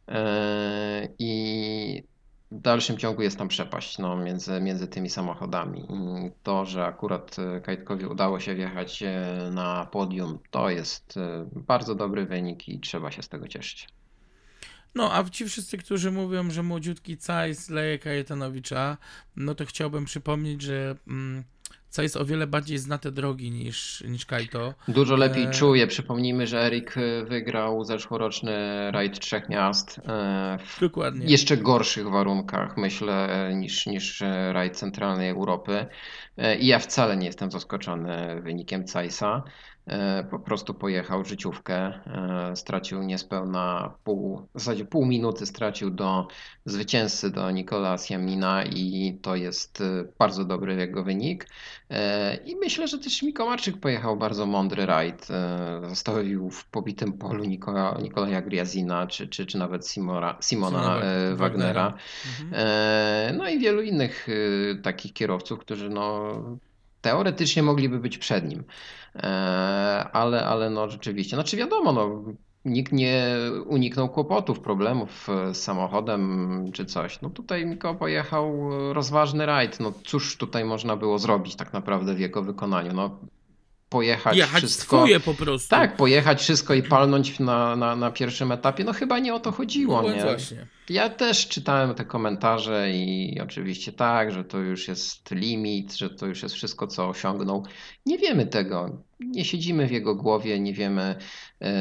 e, i w dalszym ciągu jest tam przepaść no, między, między tymi samochodami. I to, że akurat Kajtkowi udało się wjechać e, na podium, to jest e, bardzo dobry wynik i trzeba się z tego cieszyć. No, a ci wszyscy, którzy mówią, że młodziutki Cajs leje Kajetanowicza, no to chciałbym przypomnieć, że mm, Cajs o wiele bardziej zna te drogi niż, niż Kajto. Dużo lepiej E, czuje. Przypomnijmy, że Erik y, wygrał zeszłoroczny rajd Trzech Miast e, w dokładnie. jeszcze gorszych warunkach, myślę, niż, niż e, rajd centralnej Europy. E, I ja wcale nie jestem zaskoczony wynikiem Zeissa. E, Po prostu pojechał życiówkę, e, stracił niespełna pół, w zasadzie pół minuty stracił do zwycięzcy, do Nicola Siamina i to jest e, bardzo dobry jego wynik. E, I myślę, że też Miko Marczyk pojechał bardzo mądry rajd. E, Zostawił w pobitym polu Nikola, Nikolaja Griazina czy, czy, czy nawet Simora, Simona Simona Wag- e, Wagnera. Wagnera. Mhm. E, No i wielu innych e, takich kierowców, którzy no, teoretycznie mogliby być przed nim. E, Ale, ale no rzeczywiście, znaczy wiadomo, no, nikt nie uniknął kłopotów, problemów e, z samochodem czy coś. No tutaj Miko pojechał e, rozważny rajd. No cóż tutaj można było zrobić tak naprawdę w jego wykonaniu? No pojechać Jechać wszystko. swoje po prostu. Tak, pojechać wszystko i palnąć na, na, na pierwszym etapie. No chyba nie o to No chodziło, więc nie? właśnie. Ja też czytałem te komentarze i oczywiście tak, że to już jest limit, że to już jest wszystko, co osiągnął. Nie wiemy tego. Nie siedzimy w jego głowie, nie wiemy, e,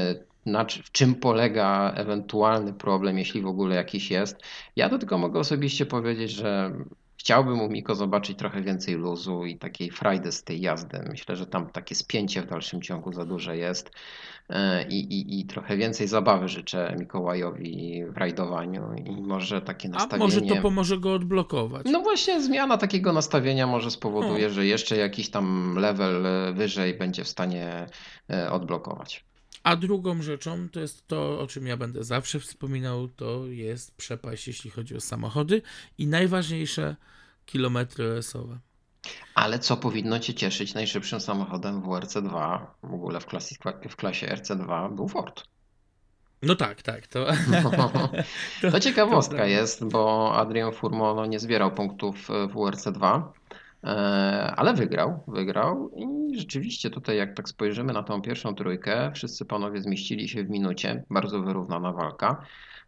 na, czy- w czym polega ewentualny problem, jeśli w ogóle jakiś jest. Ja to tylko mogę osobiście powiedzieć, że chciałbym u Miko zobaczyć trochę więcej luzu i takiej frajdy z tej jazdy. Myślę, że tam takie spięcie w dalszym ciągu za duże jest. E, I, i, i trochę więcej zabawy życzę Mikołajowi w rajdowaniu i może takie A może to nastawienie. pomoże go odblokować. No właśnie zmiana takiego nastawienia może spowoduje, O. że jeszcze jakiś tam level e, wyżej będzie w stanie e, odblokować. A drugą rzeczą to jest to, o czym ja będę zawsze wspominał, to jest przepaść, jeśli chodzi o samochody i najważniejsze kilometry O S-owe. Ale co powinno Cię cieszyć, najszybszym samochodem w W R C dwa, w ogóle w klasie, w klasie R C dwa był Ford. No tak, tak. To, To, to ciekawostka prawda. jest, bo Adrian Furmo no, nie zbierał punktów w W R C dwa, e, ale wygrał, wygrał i rzeczywiście tutaj jak tak spojrzymy na tą pierwszą trójkę, wszyscy panowie zmieścili się w minucie, bardzo wyrównana walka.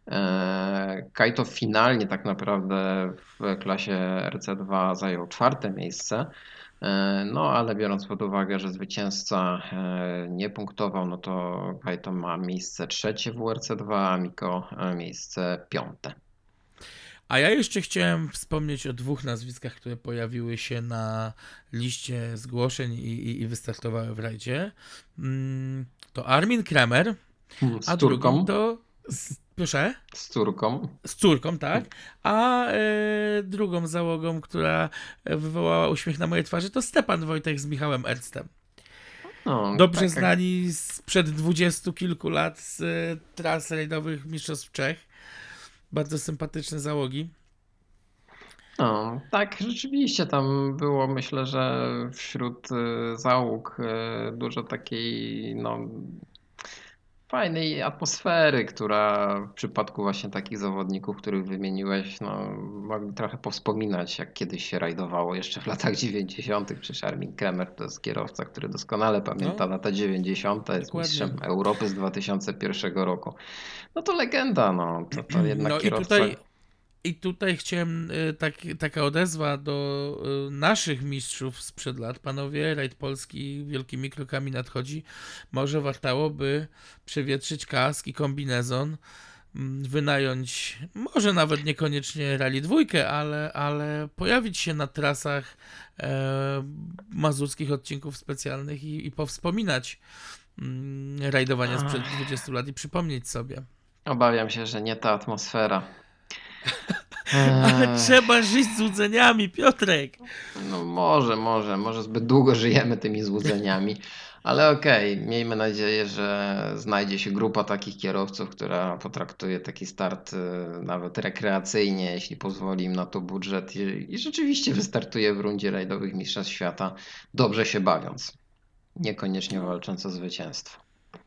E, Kaito finalnie tak naprawdę w klasie R C dwa zajął czwarte miejsce. E, No, ale biorąc pod uwagę, że zwycięzca e, nie punktował, no to Kaito ma miejsce trzecie w W R C dwa, a Miko e, miejsce piąte. A ja jeszcze chciałem wspomnieć o dwóch nazwiskach, które pojawiły się na liście zgłoszeń i, i, i wystartowały w rajdzie. Mm, To Armin Kremer, Hmm, Z a drugą córką, to... z- Proszę? z córką. Z córką, tak. A e, drugą załogą, która wywołała uśmiech na mojej twarzy, to Stepan Wojtek z Michałem Ernstem. No, Dobrze tak, znani sprzed dwudziestu kilku lat z e, tras rajdowych Mistrzostw Czech. Bardzo sympatyczne załogi. no, tak, rzeczywiście tam było, myślę, że wśród e, załóg e, dużo takiej, no, fajnej atmosfery, która w przypadku właśnie takich zawodników, których wymieniłeś, no, mogli trochę powspominać, jak kiedyś się rajdowało jeszcze w latach dziewięćdziesiątych. Przecież Armin Kremer to jest kierowca, który doskonale pamięta No, lata dziewięćdziesiąte, jest dokładnie. mistrzem Europy z dwa tysiące pierwszego roku. No to legenda, no, to, to jednak No i kierowca. tutaj, i tutaj chciałem, y, tak, taka odezwa do y, naszych mistrzów sprzed lat. Panowie, rajd polski wielkimi krokami nadchodzi. Może wartałoby przewietrzyć kask i kombinezon, mm, wynająć, może nawet niekoniecznie rally dwójkę, ale, ale pojawić się na trasach e, mazurskich odcinków specjalnych i, i powspominać mm, rajdowanie sprzed dwudziestu lat i przypomnieć sobie. Obawiam się, że nie ta atmosfera. Ale Eee, trzeba żyć z złudzeniami, Piotrek. No może, może, może zbyt długo żyjemy tymi złudzeniami, ale okej, miejmy nadzieję, że znajdzie się grupa takich kierowców, która potraktuje taki start y, nawet rekreacyjnie, jeśli pozwoli im na to budżet i, i rzeczywiście wystartuje w rundzie rajdowych Mistrzostw Świata, dobrze się bawiąc, niekoniecznie walcząc o zwycięstwo.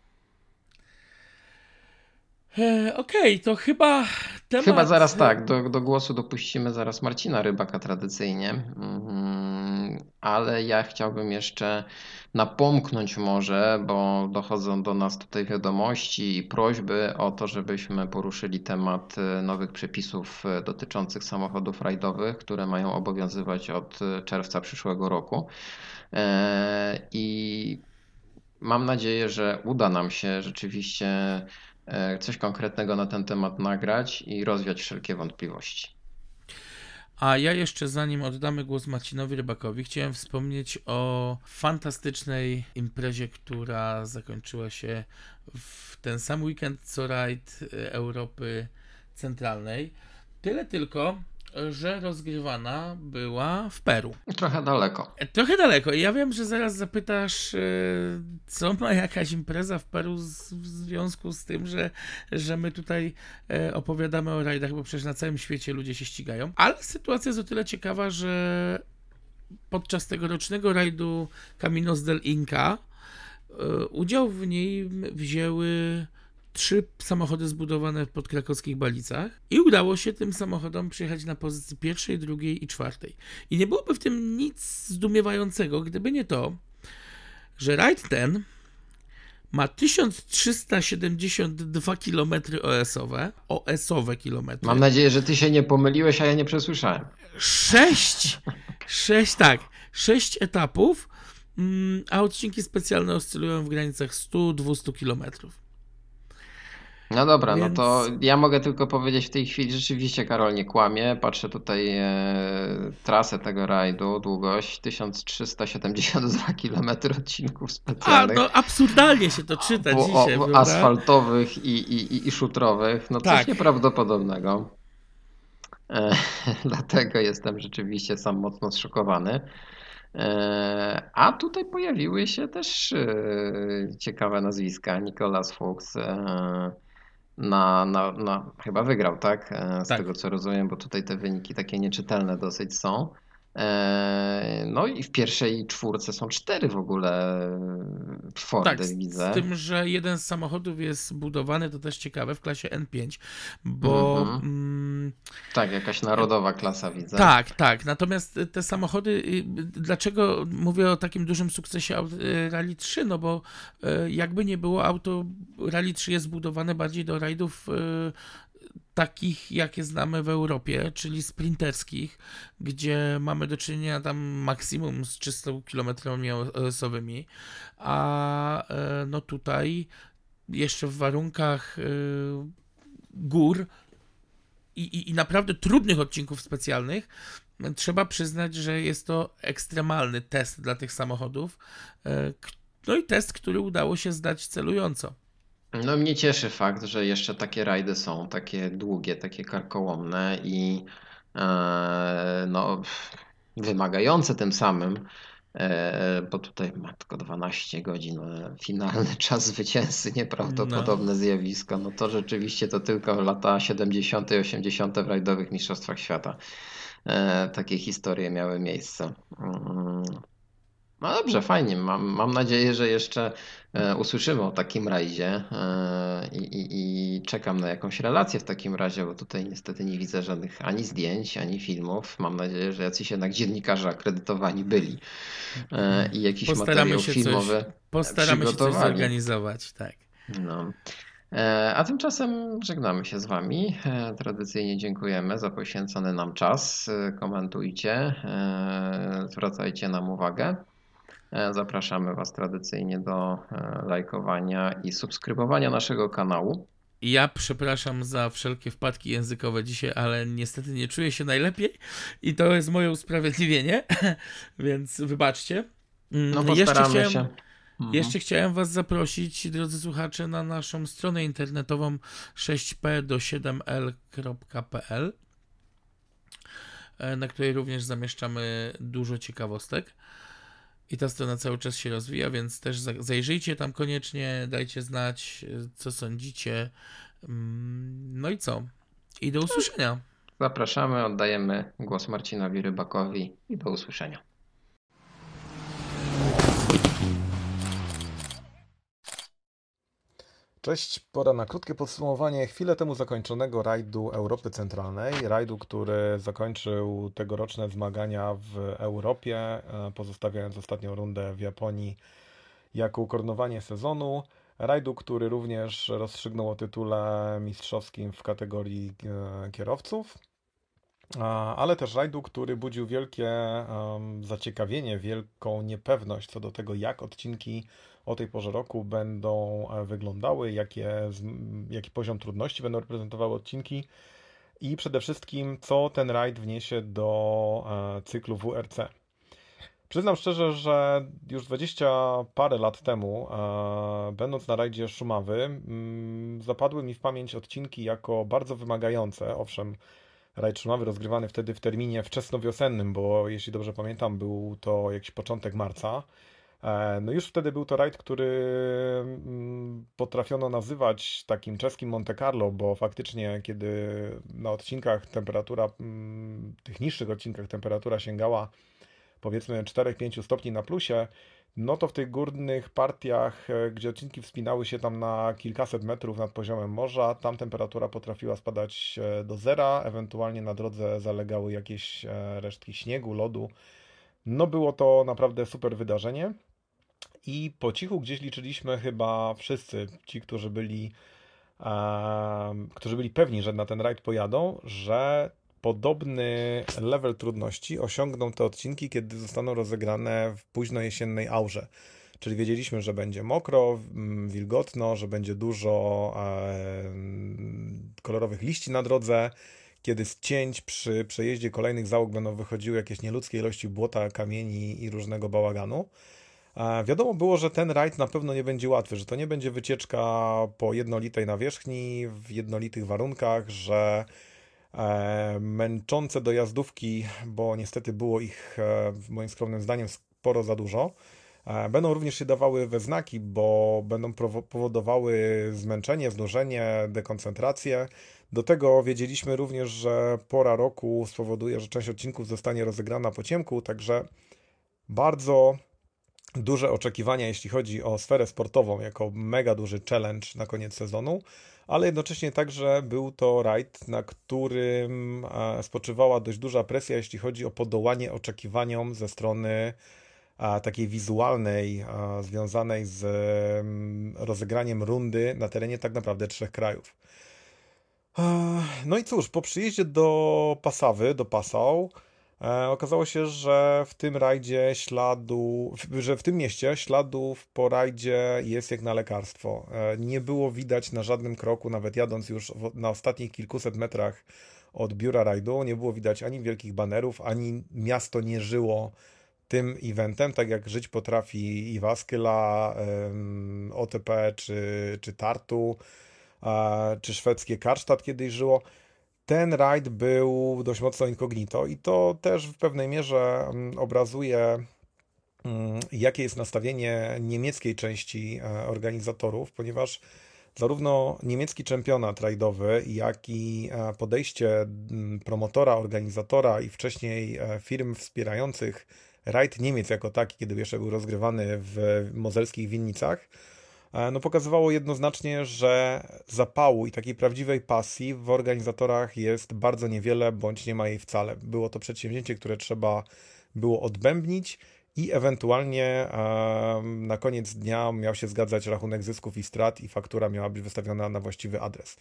E, Okej, to chyba temat... Chyba zaraz tak, do, do głosu dopuścimy zaraz Marcina Rybaka tradycyjnie, Mhm, ale ja chciałbym jeszcze napomknąć może, bo dochodzą do nas tutaj wiadomości i prośby o to, żebyśmy poruszyli temat e, nowych przepisów e, dotyczących samochodów rajdowych, które mają obowiązywać od e, czerwca przyszłego roku. E, I mam nadzieję, że uda nam się rzeczywiście e, coś konkretnego na ten temat nagrać i rozwiać wszelkie wątpliwości. A ja jeszcze zanim oddamy głos Marcinowi Rybakowi, chciałem wspomnieć o fantastycznej imprezie, która zakończyła się w ten sam weekend co rajd e, Europy Centralnej. Tyle tylko, że rozgrywana była w Peru. Trochę daleko. E, Trochę daleko. I ja wiem, że zaraz zapytasz, e, co ma jakaś impreza w Peru z, w związku z tym, że, że my tutaj e, opowiadamy o rajdach, bo przecież na całym świecie ludzie się ścigają. Ale sytuacja jest o tyle ciekawa, że podczas tegorocznego rajdu Caminos del Inca e, udział w niej wzięły trzy samochody zbudowane w podkrakowskich Balicach i udało się tym samochodom przyjechać na pozycji pierwszej, drugiej i czwartej. I nie byłoby w tym nic zdumiewającego, gdyby nie to, że rajd ten ma tysiąc trzysta siedemdziesiąt dwa kilometry O S-owe, O S-owe kilometry. Mam nadzieję, że ty się nie pomyliłeś, a ja nie przesłyszałem. Sześć, sześć, tak, sześć etapów, mm, a odcinki specjalne oscylują w granicach sto do dwustu kilometrów. No dobra, no to Więc ja mogę tylko powiedzieć w tej chwili, rzeczywiście Karol nie kłamie. Patrzę tutaj e, trasę tego rajdu, długość tysiąc trzysta siedemdziesiąt dwa kilometry odcinków a, specjalnych, no absurdalnie się to czyta bo, dzisiaj, o, prawda? asfaltowych i, i, i, i szutrowych. No coś Tak, nieprawdopodobnego. E, Dlatego jestem rzeczywiście sam mocno zszokowany. E, A tutaj pojawiły się też e, ciekawe nazwiska. Nicolas Fuchs e, na, na, na, chyba wygrał, tak? E, Z tak. tego co rozumiem, bo tutaj te wyniki takie nieczytelne dosyć są. E, No i w pierwszej czwórce są cztery w ogóle Tak, Fordy, z, z widzę. tym, że jeden z samochodów jest budowany, to też ciekawe, w klasie N pięć, bo Mhm. mm, Tak, jakaś narodowa klasa widzę. tak, tak. Natomiast te samochody, y, dlaczego mówię o takim dużym sukcesie aut- y, Rally trzy? No bo y, jakby nie było, auto Rally trzy jest budowane bardziej do rajdów y, takich, jakie znamy w Europie, czyli sprinterskich, gdzie mamy do czynienia tam maksimum z trzysta kilometrami osowymi, a e, no tutaj jeszcze w warunkach y, gór i, i, i naprawdę trudnych odcinków specjalnych, trzeba przyznać, że jest to ekstremalny test dla tych samochodów. e, k- No i test, który udało się zdać celująco. No mnie cieszy fakt, że jeszcze takie rajdy są, takie długie, takie karkołomne i e, no, wymagające tym samym, e, bo tutaj ma tylko dwanaście godzin, e, finalny czas zwycięzcy, No. nieprawdopodobne zjawisko. No to rzeczywiście to tylko lata siedemdziesiąte i osiemdziesiąte w rajdowych mistrzostwach świata. E, takie historie miały miejsce. Mm. No dobrze, fajnie. Mam, mam nadzieję, że jeszcze e, usłyszymy o takim rajdzie e, i, i, i czekam na jakąś relację w takim razie, bo tutaj niestety nie widzę żadnych ani zdjęć, ani filmów. Mam nadzieję, że jacyś jednak dziennikarze akredytowani byli e, i jakiś Postaramy materiał się coś, filmowy postaramy się coś przygotowali. zorganizować, tak. No. E, A tymczasem żegnamy się z Wami. E, Tradycyjnie dziękujemy za poświęcony nam czas. E, Komentujcie, e, zwracajcie nam uwagę. E, Zapraszamy Was tradycyjnie do e, lajkowania i subskrybowania naszego kanału. Ja przepraszam za wszelkie wpadki językowe dzisiaj, ale niestety nie czuję się najlepiej i to jest moje usprawiedliwienie, więc wybaczcie. No Mm, Jeszcze postaramy chciałem, się. Mhm. jeszcze chciałem Was zaprosić, drodzy słuchacze, na naszą stronę internetową sześć p do siedem l kropka p l, e, na której również zamieszczamy dużo ciekawostek. I ta strona cały czas się rozwija, więc też za- zajrzyjcie tam koniecznie, dajcie znać, e, co sądzicie. Mm, No i co? I do usłyszenia. Zapraszamy, oddajemy głos Marcinowi Rybakowi i do usłyszenia. Cześć, pora na krótkie podsumowanie chwilę temu zakończonego rajdu Europy Centralnej. Rajdu, który zakończył tegoroczne zmagania w Europie, e, pozostawiając ostatnią rundę w Japonii jako ukoronowanie sezonu. Rajdu, który również rozstrzygnął o tytule mistrzowskim w kategorii e, kierowców. A, Ale też rajdu, który budził wielkie em, zaciekawienie, wielką niepewność co do tego, jak odcinki o tej porze roku będą e, wyglądały, jakie, z- m, jaki poziom trudności będą reprezentowały odcinki i przede wszystkim, co ten rajd wniesie do e, cyklu W R C. Przyznam szczerze, że już dwadzieścia parę lat temu, e, będąc na rajdzie Szumawy, mm, zapadły mi w pamięć odcinki jako bardzo wymagające. Owszem, rajd Szumawy rozgrywany wtedy w terminie wczesnowiosennym, bo jeśli dobrze pamiętam, był to jakiś początek marca. E, No już wtedy był to rajd, który mm, potrafiono nazywać takim czeskim Monte Carlo, bo faktycznie kiedy na odcinkach temperatura, mm, tych niższych odcinkach temperatura sięgała powiedzmy cztery pięć stopni na plusie, no to w tych górnych partiach, e, gdzie odcinki wspinały się tam na kilkaset metrów nad poziomem morza, tam temperatura potrafiła spadać e, do zera, ewentualnie na drodze zalegały jakieś e, resztki śniegu, lodu. No było to naprawdę super wydarzenie i po cichu gdzieś liczyliśmy chyba wszyscy ci, którzy byli, em, którzy byli pewni, że na ten rajd pojadą, że podobny level trudności osiągną te odcinki, kiedy zostaną rozegrane w późno jesiennej aurze, czyli wiedzieliśmy, że będzie mokro, wilgotno, że będzie dużo kolorowych liści na drodze, kiedy z cięć przy przejeździe kolejnych załóg będą wychodziły jakieś nieludzkie ilości błota, kamieni i różnego bałaganu. Wiadomo było, że ten rajd na pewno nie będzie łatwy, że to nie będzie wycieczka po jednolitej nawierzchni, w jednolitych warunkach, że męczące dojazdówki, bo niestety było ich moim skromnym zdaniem sporo za dużo, będą również się dawały we znaki, bo będą powodowały zmęczenie, znużenie, dekoncentrację. Do tego wiedzieliśmy również, że pora roku spowoduje, że część odcinków zostanie rozegrana po ciemku, także bardzo duże oczekiwania, jeśli chodzi o sferę sportową, jako mega duży challenge na koniec sezonu, ale jednocześnie także był to rajd, na którym spoczywała dość duża presja, jeśli chodzi o podołanie oczekiwaniom ze strony takiej wizualnej, związanej z rozegraniem rundy na terenie tak naprawdę trzech krajów. No i cóż, po przyjeździe do Passawy, do Passau, okazało się, że w tym rajdzie śladu, że w tym mieście śladów po rajdzie jest jak na lekarstwo. Nie było widać na żadnym kroku, nawet jadąc już na ostatnich kilkuset metrach od biura rajdu, nie było widać ani wielkich banerów, ani miasto nie żyło tym eventem, tak jak żyć potrafi Jyväskylä, O T P czy, czy Tartu, czy szwedzkie Karlstad kiedyś żyło. Ten rajd był dość mocno incognito i to też w pewnej mierze obrazuje, jakie jest nastawienie niemieckiej części organizatorów, ponieważ zarówno niemiecki czempionat rajdowy, jak i podejście promotora, organizatora i wcześniej firm wspierających rajd Niemiec jako taki, kiedy jeszcze był rozgrywany w mozelskich Winnicach, no pokazywało jednoznacznie, że zapału i takiej prawdziwej pasji w organizatorach jest bardzo niewiele, bądź nie ma jej wcale. Było to przedsięwzięcie, które trzeba było odbębnić i ewentualnie na koniec dnia miał się zgadzać rachunek zysków i strat i faktura miała być wystawiona na właściwy adres.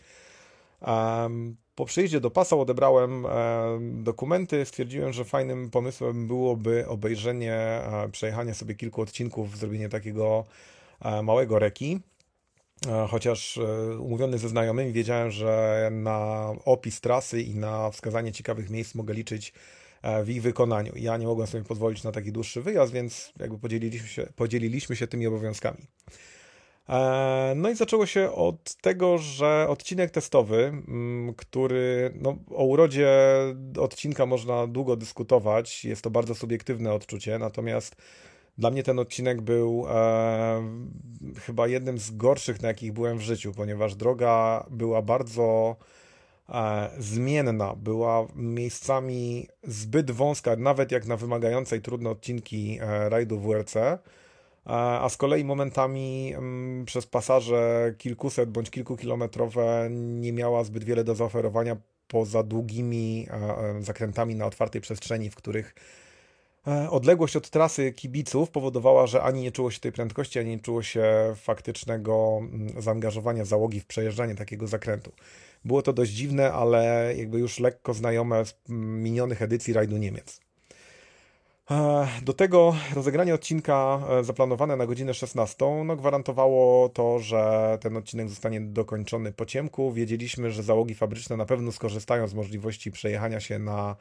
Po przyjeździe do Passau odebrałem dokumenty, stwierdziłem, że fajnym pomysłem byłoby obejrzenie, przejechanie sobie kilku odcinków, zrobienie takiego małego reki, chociaż umówiony ze znajomymi wiedziałem, że na opis trasy i na wskazanie ciekawych miejsc mogę liczyć w ich wykonaniu. Ja nie mogłem sobie pozwolić na taki dłuższy wyjazd, więc jakby podzieliliśmy się, podzieliliśmy się tymi obowiązkami. No i zaczęło się od tego, że odcinek testowy, który no, o urodzie odcinka można długo dyskutować, jest to bardzo subiektywne odczucie, natomiast dla mnie ten odcinek był e, chyba jednym z gorszych, na jakich byłem w życiu, ponieważ droga była bardzo e, zmienna, była miejscami zbyt wąska, nawet jak na wymagające i trudne odcinki e, rajdu W R C, e, a z kolei momentami m, przez pasaże kilkuset bądź kilkukilometrowe nie miała zbyt wiele do zaoferowania poza długimi e, zakrętami na otwartej przestrzeni, w których odległość od trasy kibiców powodowała, że ani nie czuło się tej prędkości, ani nie czuło się faktycznego zaangażowania załogi w przejeżdżanie takiego zakrętu. Było to dość dziwne, ale jakby już lekko znajome z minionych edycji rajdu Niemiec. Do tego rozegranie odcinka zaplanowane na godzinę szesnastą no, gwarantowało to, że ten odcinek zostanie dokończony po ciemku. Wiedzieliśmy, że załogi fabryczne na pewno skorzystają z możliwości przejechania się na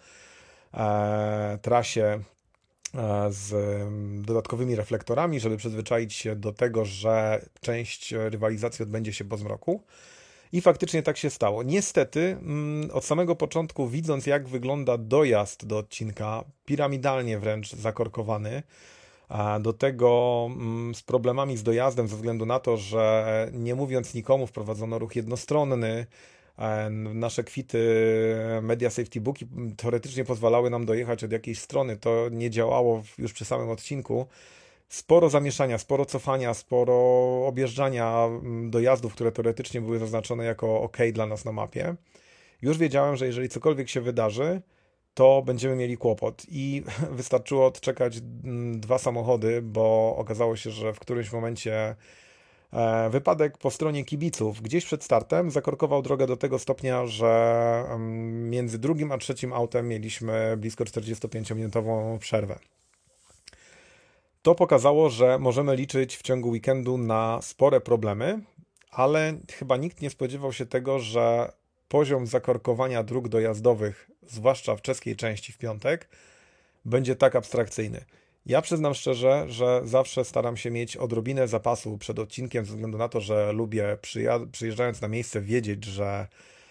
e, trasie z dodatkowymi reflektorami, żeby przyzwyczaić się do tego, że część rywalizacji odbędzie się po zmroku. I faktycznie tak się stało. Niestety, od samego początku, widząc jak wygląda dojazd do odcinka, piramidalnie wręcz zakorkowany, do tego z problemami z dojazdem ze względu na to, że nie mówiąc nikomu wprowadzono ruch jednostronny, nasze kwity Media Safety Booki teoretycznie pozwalały nam dojechać od jakiejś strony. To nie działało już przy samym odcinku. Sporo zamieszania, sporo cofania, sporo objeżdżania dojazdów, które teoretycznie były zaznaczone jako OK dla nas na mapie. Już wiedziałem, że jeżeli cokolwiek się wydarzy, to będziemy mieli kłopot. I wystarczyło odczekać dwa samochody, bo okazało się, że w którymś momencie wypadek po stronie kibiców gdzieś przed startem zakorkował drogę do tego stopnia, że między drugim a trzecim autem mieliśmy blisko czterdziestopięciominutową przerwę. To pokazało, że możemy liczyć w ciągu weekendu na spore problemy, ale chyba nikt nie spodziewał się tego, że poziom zakorkowania dróg dojazdowych, zwłaszcza w czeskiej części w piątek, będzie tak abstrakcyjny. Ja przyznam szczerze, że zawsze staram się mieć odrobinę zapasu przed odcinkiem, ze względu na to, że lubię przyja- przyjeżdżając na miejsce wiedzieć, że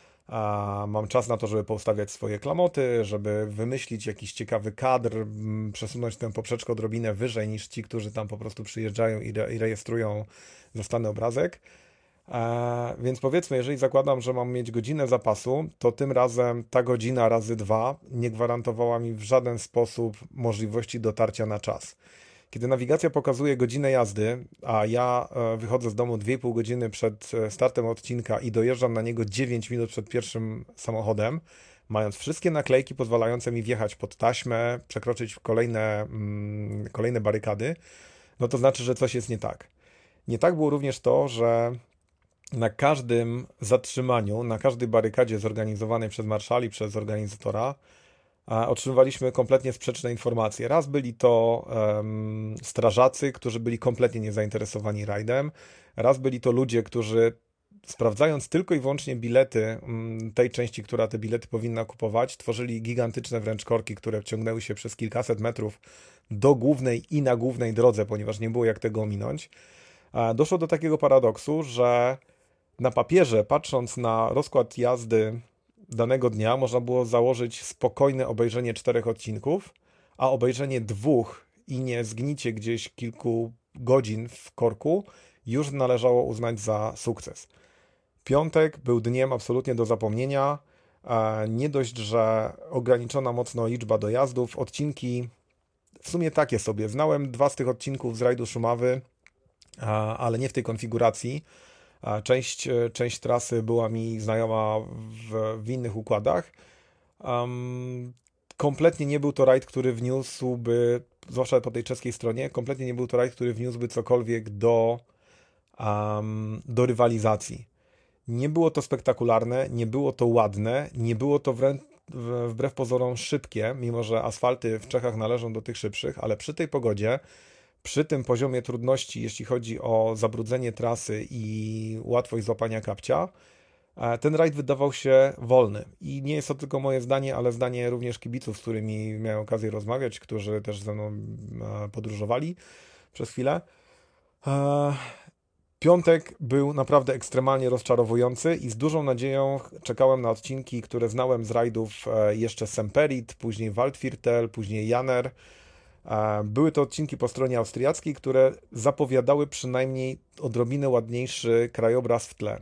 a, mam czas na to, żeby poustawiać swoje klamoty, żeby wymyślić jakiś ciekawy kadr, m, przesunąć tę poprzeczkę odrobinę wyżej niż ci, którzy tam po prostu przyjeżdżają i, re- i rejestrują zostany obrazek. E, więc powiedzmy, jeżeli zakładam, że mam mieć godzinę zapasu, to tym razem ta godzina razy dwa nie gwarantowała mi w żaden sposób możliwości dotarcia na czas. Kiedy nawigacja pokazuje godzinę jazdy, a ja e, wychodzę z domu dwie i pół godziny przed e, startem odcinka i dojeżdżam na niego dziewięć minut przed pierwszym samochodem, mając wszystkie naklejki pozwalające mi wjechać pod taśmę, przekroczyć kolejne, mm, kolejne barykady, no to znaczy, że coś jest nie tak. Nie tak było również to, że na każdym zatrzymaniu, na każdej barykadzie zorganizowanej przez marszali, przez organizatora, a otrzymywaliśmy kompletnie sprzeczne informacje. Raz byli to um, strażacy, którzy byli kompletnie niezainteresowani rajdem, raz byli to ludzie, którzy sprawdzając tylko i wyłącznie bilety um, tej części, która te bilety powinna kupować, tworzyli gigantyczne wręcz korki, które ciągnęły się przez kilkaset metrów do głównej i na głównej drodze, ponieważ nie było jak tego ominąć. A doszło do takiego paradoksu, że na papierze, patrząc na rozkład jazdy danego dnia, można było założyć spokojne obejrzenie czterech odcinków, a obejrzenie dwóch i nie zgnicie gdzieś kilku godzin w korku już należało uznać za sukces. Piątek był dniem absolutnie do zapomnienia. Nie dość, że ograniczona mocno liczba dojazdów, odcinki w sumie takie sobie. Znałem dwa z tych odcinków z rajdu Szumawy, ale nie w tej konfiguracji. Część, część trasy była mi znajoma w, w innych układach. Um, kompletnie nie był to rajd, który wniósłby, zwłaszcza po tej czeskiej stronie, kompletnie nie był to rajd, który wniósłby cokolwiek do, um, do rywalizacji. Nie było to spektakularne, nie było to ładne, nie było to wręcz, wbrew pozorom szybkie, mimo że asfalty w Czechach należą do tych szybszych, ale przy tej pogodzie, przy tym poziomie trudności, jeśli chodzi o zabrudzenie trasy i łatwość złapania kapcia, ten rajd wydawał się wolny. I nie jest to tylko moje zdanie, ale zdanie również kibiców, z którymi miałem okazję rozmawiać, którzy też ze mną podróżowali przez chwilę. Piątek był naprawdę ekstremalnie rozczarowujący i z dużą nadzieją czekałem na odcinki, które znałem z rajdów jeszcze Semperit, później Waldviertel, później Janer. Były to odcinki po stronie austriackiej, które zapowiadały przynajmniej odrobinę ładniejszy krajobraz w tle.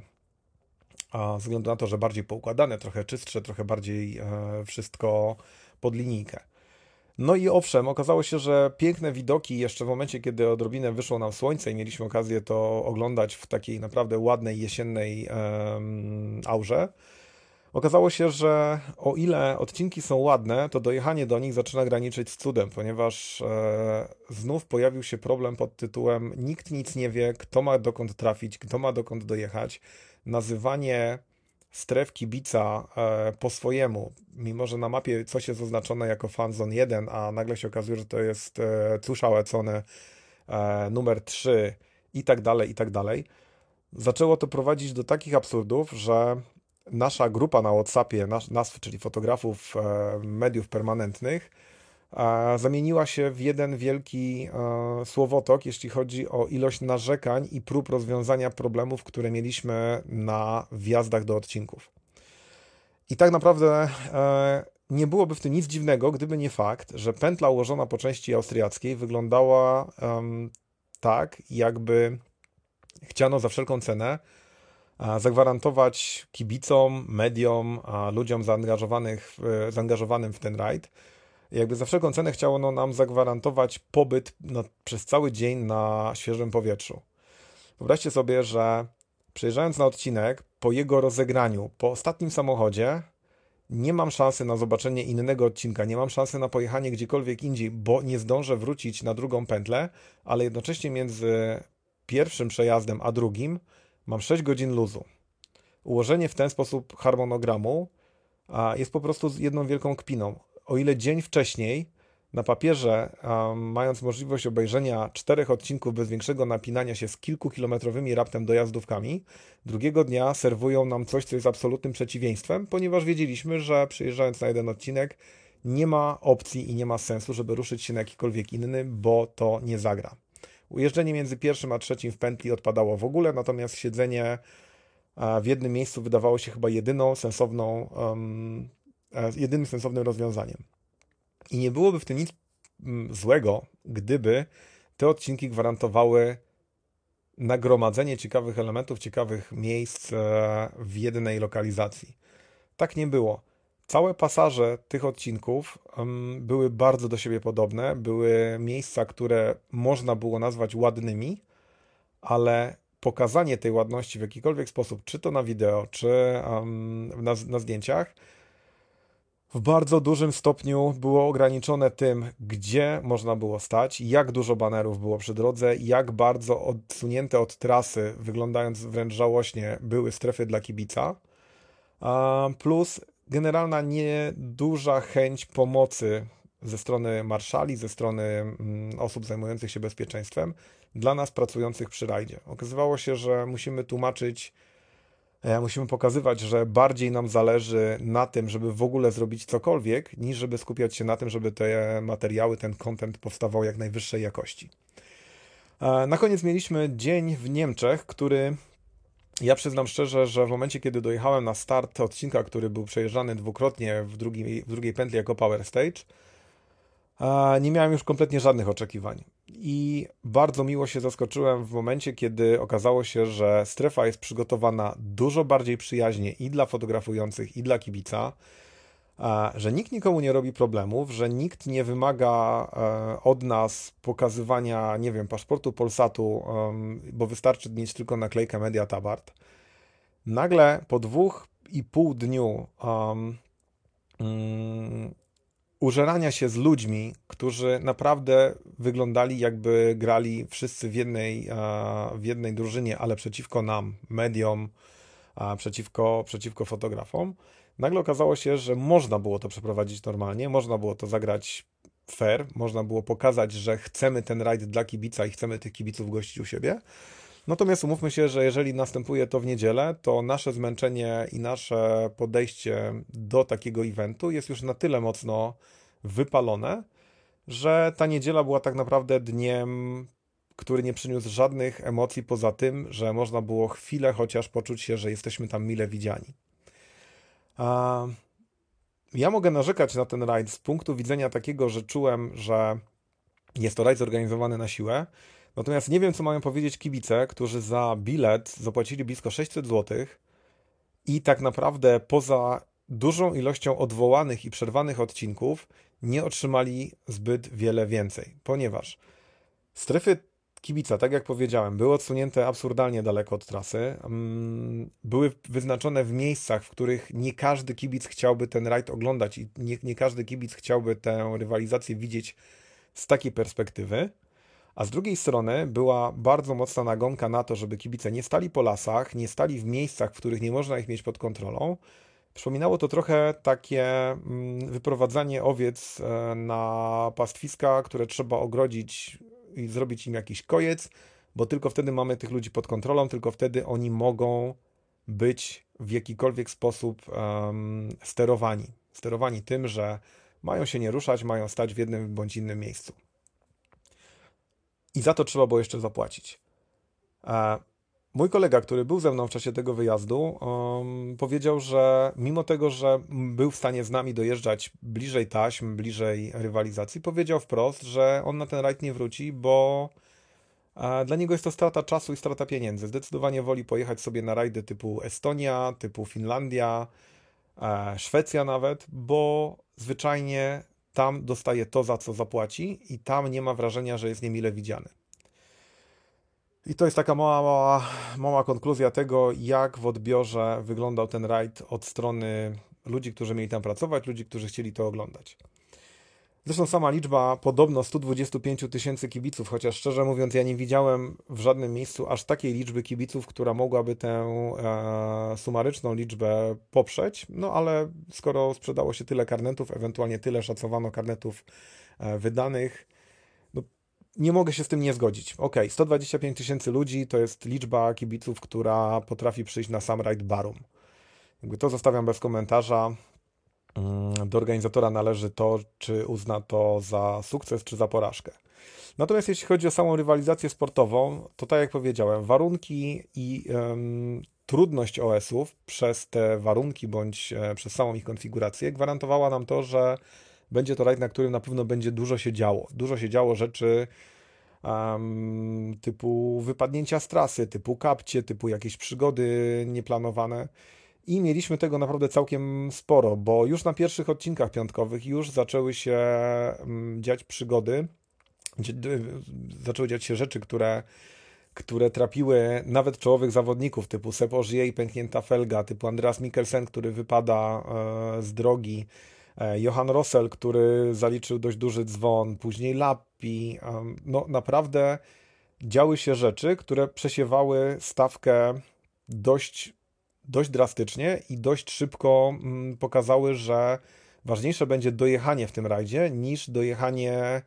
A ze względu na to, że bardziej poukładane, trochę czystsze, trochę bardziej e, wszystko pod linijkę. No i owszem, okazało się, że piękne widoki jeszcze w momencie, kiedy odrobinę wyszło nam słońce i mieliśmy okazję to oglądać w takiej naprawdę ładnej, jesiennej um, aurze, okazało się, że o ile odcinki są ładne, to dojechanie do nich zaczyna graniczyć z cudem, ponieważ e, znów pojawił się problem pod tytułem nikt nic nie wie, kto ma dokąd trafić, kto ma dokąd dojechać. Nazywanie stref kibica e, po swojemu, mimo że na mapie coś jest oznaczone jako fanzone jeden, a nagle się okazuje, że to jest e, Zuschauerzone e, numer trzy i tak dalej, i tak dalej. Zaczęło to prowadzić do takich absurdów, że nasza grupa na WhatsAppie, nas, nas czyli fotografów e, mediów permanentnych, e, zamieniła się w jeden wielki e, słowotok, jeśli chodzi o ilość narzekań i prób rozwiązania problemów, które mieliśmy na wjazdach do odcinków. I tak naprawdę e, nie byłoby w tym nic dziwnego, gdyby nie fakt, że pętla ułożona po części austriackiej wyglądała um, tak, jakby chciano za wszelką cenę zagwarantować kibicom, mediom, ludziom zaangażowanych, zaangażowanym w ten rajd, jakby za wszelką cenę chciało no, nam zagwarantować pobyt no, przez cały dzień na świeżym powietrzu. Wyobraźcie sobie, że przyjeżdżając na odcinek, po jego rozegraniu, po ostatnim samochodzie, nie mam szansy na zobaczenie innego odcinka, nie mam szansy na pojechanie gdziekolwiek indziej, bo nie zdążę wrócić na drugą pętlę, ale jednocześnie między pierwszym przejazdem a drugim mam sześć godzin luzu. Ułożenie w ten sposób harmonogramu jest po prostu jedną wielką kpiną. O ile dzień wcześniej na papierze, um, mając możliwość obejrzenia czterech odcinków bez większego napinania się z kilkukilometrowymi raptem dojazdówkami, drugiego dnia serwują nam coś, co jest absolutnym przeciwieństwem, ponieważ wiedzieliśmy, że przyjeżdżając na jeden odcinek nie ma opcji i nie ma sensu, żeby ruszyć się na jakikolwiek inny, bo to nie zagra. Ujeżdżenie między pierwszym a trzecim w pętli odpadało w ogóle, natomiast siedzenie w jednym miejscu wydawało się chyba jedyną sensowną, um, jedynym sensownym rozwiązaniem. I nie byłoby w tym nic złego, gdyby te odcinki gwarantowały nagromadzenie ciekawych elementów, ciekawych miejsc w jednej lokalizacji. Tak nie było. Całe pasaże tych odcinków um, były bardzo do siebie podobne. Były miejsca, które można było nazwać ładnymi, ale pokazanie tej ładności w jakikolwiek sposób, czy to na wideo, czy um, na, na zdjęciach, w bardzo dużym stopniu było ograniczone tym, gdzie można było stać, jak dużo banerów było przy drodze, jak bardzo odsunięte od trasy, wyglądając wręcz żałośnie, były strefy dla kibica, plus generalna nieduża chęć pomocy ze strony marszali, ze strony osób zajmujących się bezpieczeństwem dla nas pracujących przy rajdzie. Okazywało się, że musimy tłumaczyć, musimy pokazywać, że bardziej nam zależy na tym, żeby w ogóle zrobić cokolwiek, niż żeby skupiać się na tym, żeby te materiały, ten content powstawał jak najwyższej jakości. Na koniec mieliśmy dzień w Niemczech, który ja przyznam szczerze, że w momencie, kiedy dojechałem na start odcinka, który był przejeżdżany dwukrotnie w drugiej, w drugiej pętli jako Power Stage, nie miałem już kompletnie żadnych oczekiwań. I bardzo miło się zaskoczyłem w momencie, kiedy okazało się, że strefa jest przygotowana dużo bardziej przyjaźnie i dla fotografujących, i dla kibica, że nikt nikomu nie robi problemów, że nikt nie wymaga od nas pokazywania, nie wiem, paszportu Polsatu, bo wystarczy mieć tylko naklejkę Media Tabard. Nagle po dwóch i pół dniu um, um, użerania się z ludźmi, którzy naprawdę wyglądali, jakby grali wszyscy w jednej, w jednej drużynie, ale przeciwko nam, mediom, przeciwko, przeciwko fotografom. Nagle okazało się, że można było to przeprowadzić normalnie, można było to zagrać fair, można było pokazać, że chcemy ten rajd dla kibica i chcemy tych kibiców gościć u siebie. Natomiast umówmy się, że jeżeli następuje to w niedzielę, to nasze zmęczenie i nasze podejście do takiego eventu jest już na tyle mocno wypalone, że ta niedziela była tak naprawdę dniem, który nie przyniósł żadnych emocji poza tym, że można było chwilę chociaż poczuć się, że jesteśmy tam mile widziani. Ja mogę narzekać na ten rajd z punktu widzenia takiego, że czułem, że jest to rajd zorganizowany na siłę, natomiast nie wiem, co mają powiedzieć kibice, którzy za bilet zapłacili blisko sześćset złotych i tak naprawdę poza dużą ilością odwołanych i przerwanych odcinków nie otrzymali zbyt wiele więcej, ponieważ strefy kibica, tak jak powiedziałem, były odsunięte absurdalnie daleko od trasy, były wyznaczone w miejscach, w których nie każdy kibic chciałby ten rajd oglądać i nie, nie każdy kibic chciałby tę rywalizację widzieć z takiej perspektywy, a z drugiej strony była bardzo mocna nagonka na to, żeby kibice nie stali po lasach, nie stali w miejscach, w których nie można ich mieć pod kontrolą. Przypominało to trochę takie wyprowadzanie owiec na pastwiska, które trzeba ogrodzić i zrobić im jakiś kojec, bo tylko wtedy mamy tych ludzi pod kontrolą, tylko wtedy oni mogą być w jakikolwiek sposób um, sterowani. Sterowani tym, że mają się nie ruszać, mają stać w jednym bądź innym miejscu. I za to trzeba było jeszcze zapłacić. E, mój kolega, który był ze mną w czasie tego wyjazdu, um, powiedział, że mimo tego, że był w stanie z nami dojeżdżać bliżej taśm, bliżej rywalizacji, powiedział wprost, że on na ten rajd nie wróci, bo e, dla niego jest to strata czasu i strata pieniędzy. Zdecydowanie woli pojechać sobie na rajdy typu Estonia, typu Finlandia, e, Szwecja nawet, bo zwyczajnie tam dostaje to, za co zapłaci i tam nie ma wrażenia, że jest niemile widziany. I to jest taka mała, mała, mała konkluzja tego, jak w odbiorze wyglądał ten rajd od strony ludzi, którzy mieli tam pracować, ludzi, którzy chcieli to oglądać. Zresztą sama liczba podobno sto dwadzieścia pięć tysięcy kibiców, chociaż szczerze mówiąc ja nie widziałem w żadnym miejscu aż takiej liczby kibiców, która mogłaby tę e, sumaryczną liczbę poprzeć, no ale skoro sprzedało się tyle karnetów, ewentualnie tyle szacowano karnetów e, wydanych, no, nie mogę się z tym nie zgodzić. Okej, sto dwadzieścia pięć tysięcy ludzi to jest liczba kibiców, która potrafi przyjść na sam rajd Barum. Jakby to zostawiam bez komentarza. Do organizatora należy to, czy uzna to za sukces, czy za porażkę. Natomiast jeśli chodzi o samą rywalizację sportową, to tak jak powiedziałem, warunki i um, trudność O S-ów przez te warunki, bądź e, przez samą ich konfigurację gwarantowała nam to, że będzie to rajd, na którym na pewno będzie dużo się działo. Dużo się działo rzeczy um, typu wypadnięcia z trasy, typu kapcie, typu jakieś przygody nieplanowane. I mieliśmy tego naprawdę całkiem sporo, bo już na pierwszych odcinkach piątkowych już zaczęły się dziać przygody, zaczęły dziać się rzeczy, które, które trapiły nawet czołowych zawodników, typu Sepp Ogier i pęknięta felga, typu Andreas Mikkelsen, który wypada z drogi, Johan Rossell, który zaliczył dość duży dzwon, później Lappi. No naprawdę działy się rzeczy, które przesiewały stawkę dość dość drastycznie i dość szybko mm, pokazały, że ważniejsze będzie dojechanie w tym rajdzie niż dojechanie,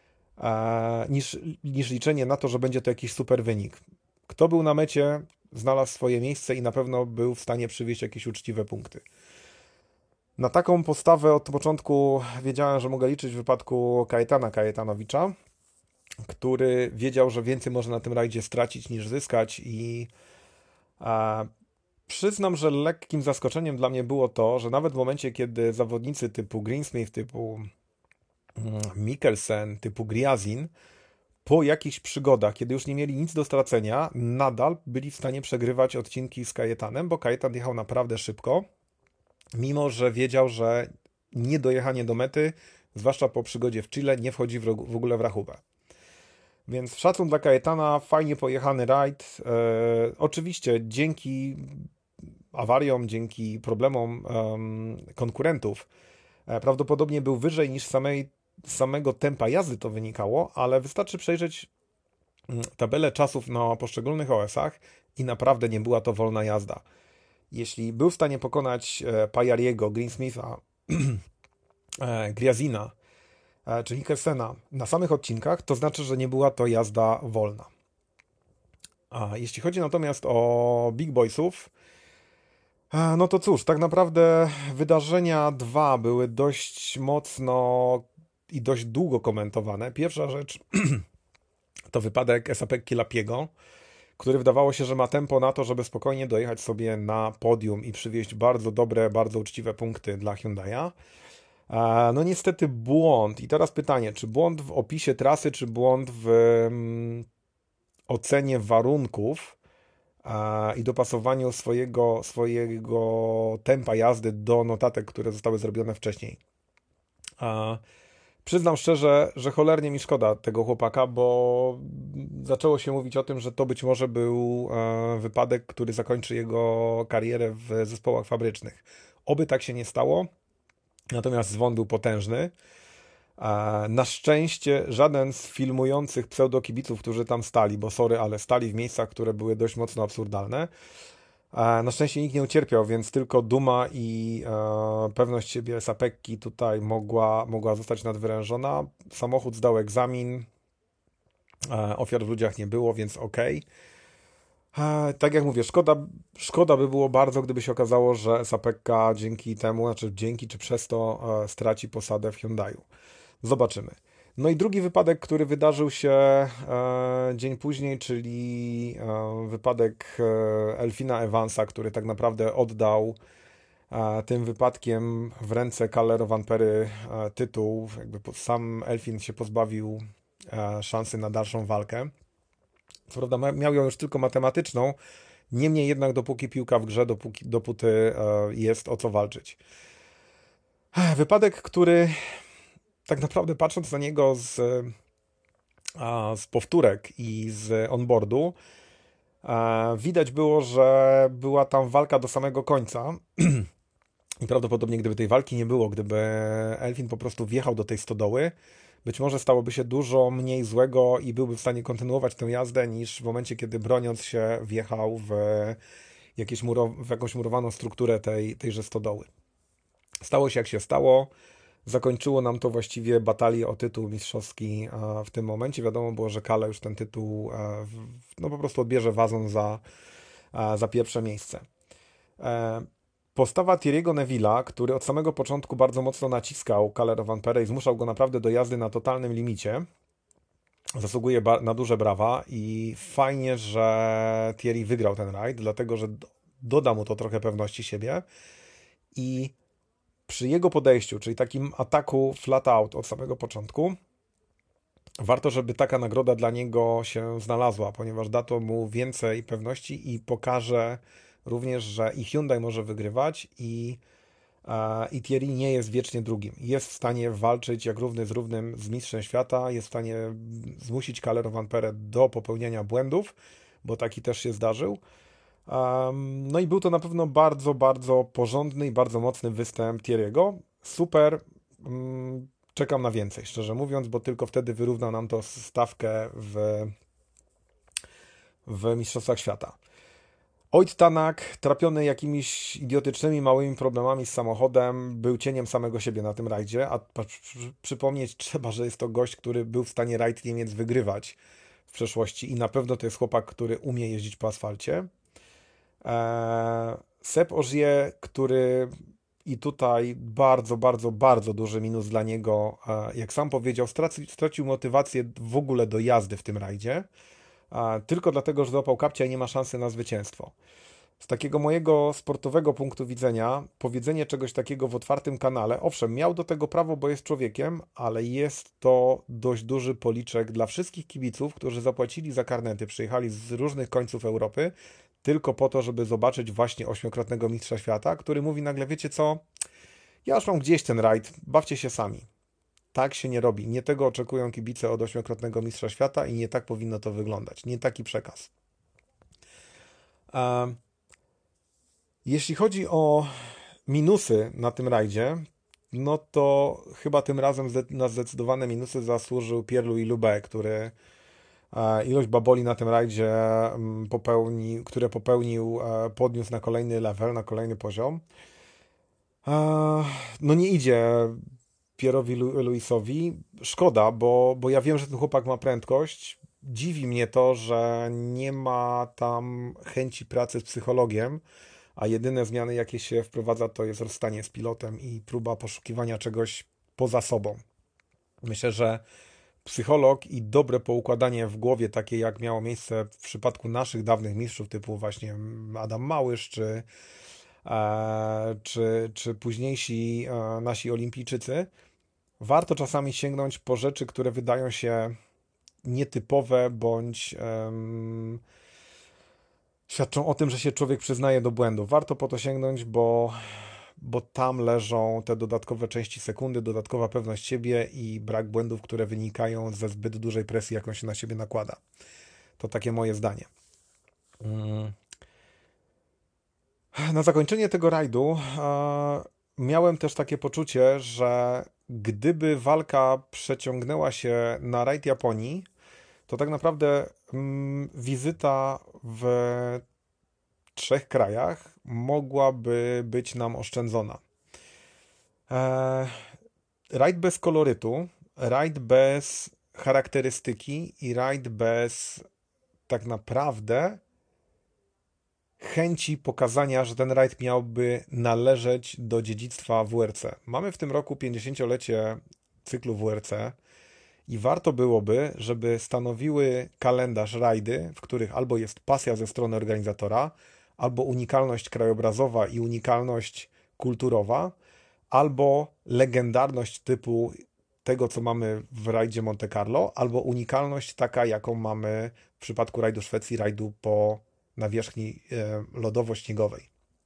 e, niż, niż liczenie na to, że będzie to jakiś super wynik. Kto był na mecie, znalazł swoje miejsce i na pewno był w stanie przywieźć jakieś uczciwe punkty. Na taką postawę od początku wiedziałem, że mogę liczyć w wypadku Kajetana Kajetanowicza, który wiedział, że więcej może na tym rajdzie stracić niż zyskać i e, przyznam, że lekkim zaskoczeniem dla mnie było to, że nawet w momencie, kiedy zawodnicy typu Greensmith, typu Mikkelsen, typu Gryazin, po jakichś przygodach, kiedy już nie mieli nic do stracenia, nadal byli w stanie przegrywać odcinki z Kajetanem, bo Kajetan jechał naprawdę szybko, mimo że wiedział, że niedojechanie do mety, zwłaszcza po przygodzie w Chile, nie wchodzi w, w ogóle w rachubę. Więc szacun dla Kajetana, fajnie pojechany rajd. E, oczywiście dzięki awariom, dzięki problemom um, konkurentów e, prawdopodobnie był wyżej niż samej, samego tempa jazdy to wynikało, ale wystarczy przejrzeć tabelę czasów na poszczególnych O S-ach i naprawdę nie była to wolna jazda. Jeśli był w stanie pokonać e, Pajariego, Greensmitha, e, Gryazina, czy Mikkelsena na samych odcinkach, to znaczy, że nie była to jazda wolna. A jeśli chodzi natomiast o Big Boysów, no to cóż, tak naprawdę wydarzenia dwa były dość mocno i dość długo komentowane. Pierwsza rzecz to wypadek Esapekki Lappiego, który wydawało się, że ma tempo na to, żeby spokojnie dojechać sobie na podium i przywieźć bardzo dobre, bardzo uczciwe punkty dla Hyundai'a. No niestety błąd. I teraz pytanie, czy błąd w opisie trasy, czy błąd w um, ocenie warunków a, i dopasowaniu swojego, swojego tempa jazdy do notatek, które zostały zrobione wcześniej. A, przyznam szczerze, że cholernie mi szkoda tego chłopaka, bo zaczęło się mówić o tym, że to być może był e, wypadek, który zakończy jego karierę w zespołach fabrycznych. Oby tak się nie stało. Natomiast dzwon był potężny. Na szczęście żaden z filmujących pseudokibiców, którzy tam stali, bo sorry, ale stali w miejscach, które były dość mocno absurdalne, na szczęście nikt nie ucierpiał, więc tylko duma i pewność siebie Esapekki tutaj mogła, mogła zostać nadwyrężona. Samochód zdał egzamin, ofiar w ludziach nie było, więc okej. Okay. Tak jak mówię, szkoda, szkoda by było bardzo, gdyby się okazało, że Esapekka dzięki temu, znaczy dzięki czy przez to e, straci posadę w Hyundai'u. Zobaczymy. No i drugi wypadek, który wydarzył się e, dzień później, czyli e, wypadek e, Elfina Evansa, który tak naprawdę oddał e, tym wypadkiem w ręce Kalle Rovanpery e, tytuł. Jakby sam Elfin się pozbawił e, szansy na dalszą walkę. Co prawda miał ją już tylko matematyczną, niemniej jednak dopóki piłka w grze, dopóki, dopóty jest o co walczyć. Wypadek, który tak naprawdę patrząc na niego z, z powtórek i z onboardu, widać było, że była tam walka do samego końca. I prawdopodobnie gdyby tej walki nie było, gdyby Elfin po prostu wjechał do tej stodoły, być może stałoby się dużo mniej złego i byłby w stanie kontynuować tę jazdę niż w momencie, kiedy broniąc się wjechał w, jakieś muro, w jakąś murowaną strukturę tej, tejże stodoły. Stało się jak się stało. Zakończyło nam to właściwie batalię o tytuł mistrzowski w tym momencie. Wiadomo było, że Kale już ten tytuł no po prostu odbierze wazon za, za pierwsze miejsce. Postawa Thierry'ego Neville'a, który od samego początku bardzo mocno naciskał Kalle Rovanperę i zmuszał go naprawdę do jazdy na totalnym limicie, zasługuje na duże brawa i fajnie, że Thierry wygrał ten rajd, dlatego że doda mu to trochę pewności siebie i przy jego podejściu, czyli takim ataku flat out od samego początku, warto, żeby taka nagroda dla niego się znalazła, ponieważ da to mu więcej pewności i pokaże również, że i Hyundai może wygrywać i, i Thierry nie jest wiecznie drugim. Jest w stanie walczyć jak równy z równym z mistrzem świata, jest w stanie zmusić Kalle Rovanperę do popełniania błędów, bo taki też się zdarzył. Um, no i był to na pewno bardzo, bardzo porządny i bardzo mocny występ Thierry'ego. Super. Um, czekam na więcej, szczerze mówiąc, bo tylko wtedy wyrówna nam to stawkę w, w Mistrzostwach Świata. Ojt Tanak, trapiony jakimiś idiotycznymi, małymi problemami z samochodem, był cieniem samego siebie na tym rajdzie, a przypomnieć trzeba, że jest to gość, który był w stanie rajd Niemiec wygrywać w przeszłości i na pewno to jest chłopak, który umie jeździć po asfalcie. Eee, Sepp Ogier, który i tutaj bardzo, bardzo, bardzo duży minus dla niego, eee, jak sam powiedział, straci, stracił motywację w ogóle do jazdy w tym rajdzie, eee, tylko dlatego, że złapał kapcia i nie ma szansy na zwycięstwo. Z takiego mojego sportowego punktu widzenia, powiedzenie czegoś takiego w otwartym kanale, owszem, miał do tego prawo, bo jest człowiekiem, ale jest to dość duży policzek dla wszystkich kibiców, którzy zapłacili za karnety, przyjechali z różnych końców Europy, tylko po to, żeby zobaczyć właśnie ośmiokrotnego mistrza świata, który mówi nagle, wiecie co, ja już mam gdzieś ten rajd, bawcie się sami. Tak się nie robi. Nie tego oczekują kibice od ośmiokrotnego mistrza świata i nie tak powinno to wyglądać. Nie taki przekaz. Um, Jeśli chodzi o minusy na tym rajdzie, no to chyba tym razem na zdecydowane minusy zasłużył Pierre-Louis Loubet, który ilość baboli na tym rajdzie, popełni, które popełnił, podniósł na kolejny level, na kolejny poziom. No nie idzie Pierre'owi Louisowi. Szkoda, bo, bo ja wiem, że ten chłopak ma prędkość. Dziwi mnie to, że nie ma tam chęci pracy z psychologiem, a jedyne zmiany, jakie się wprowadza, to jest rozstanie z pilotem i próba poszukiwania czegoś poza sobą. Myślę, że psycholog i dobre poukładanie w głowie, takie jak miało miejsce w przypadku naszych dawnych mistrzów, typu właśnie Adam Małysz, czy, e, czy, czy późniejsi e, nasi olimpijczycy, warto czasami sięgnąć po rzeczy, które wydają się nietypowe, bądź em, świadczą o tym, że się człowiek przyznaje do błędu. Warto po to sięgnąć, bo bo tam leżą te dodatkowe części sekundy, dodatkowa pewność siebie i brak błędów, które wynikają ze zbyt dużej presji, jaką się na siebie nakłada. To takie moje zdanie. Na zakończenie tego rajdu e, miałem też takie poczucie, że gdyby walka przeciągnęła się na rajd Japonii, to tak naprawdę mm, wizyta w trzech krajach mogłaby być nam oszczędzona. Eee, rajd bez kolorytu, rajd bez charakterystyki i rajd bez tak naprawdę chęci pokazania, że ten rajd miałby należeć do dziedzictwa W R C. Mamy w tym roku pięćdziesięciolecie cyklu W R C i warto byłoby, żeby stanowiły kalendarz rajdy, w których albo jest pasja ze strony organizatora, albo unikalność krajobrazowa i unikalność kulturowa, albo legendarność typu tego, co mamy w rajdzie Monte Carlo, albo unikalność taka, jaką mamy w przypadku rajdu Szwecji, rajdu po nawierzchni lodowo-śniegowej.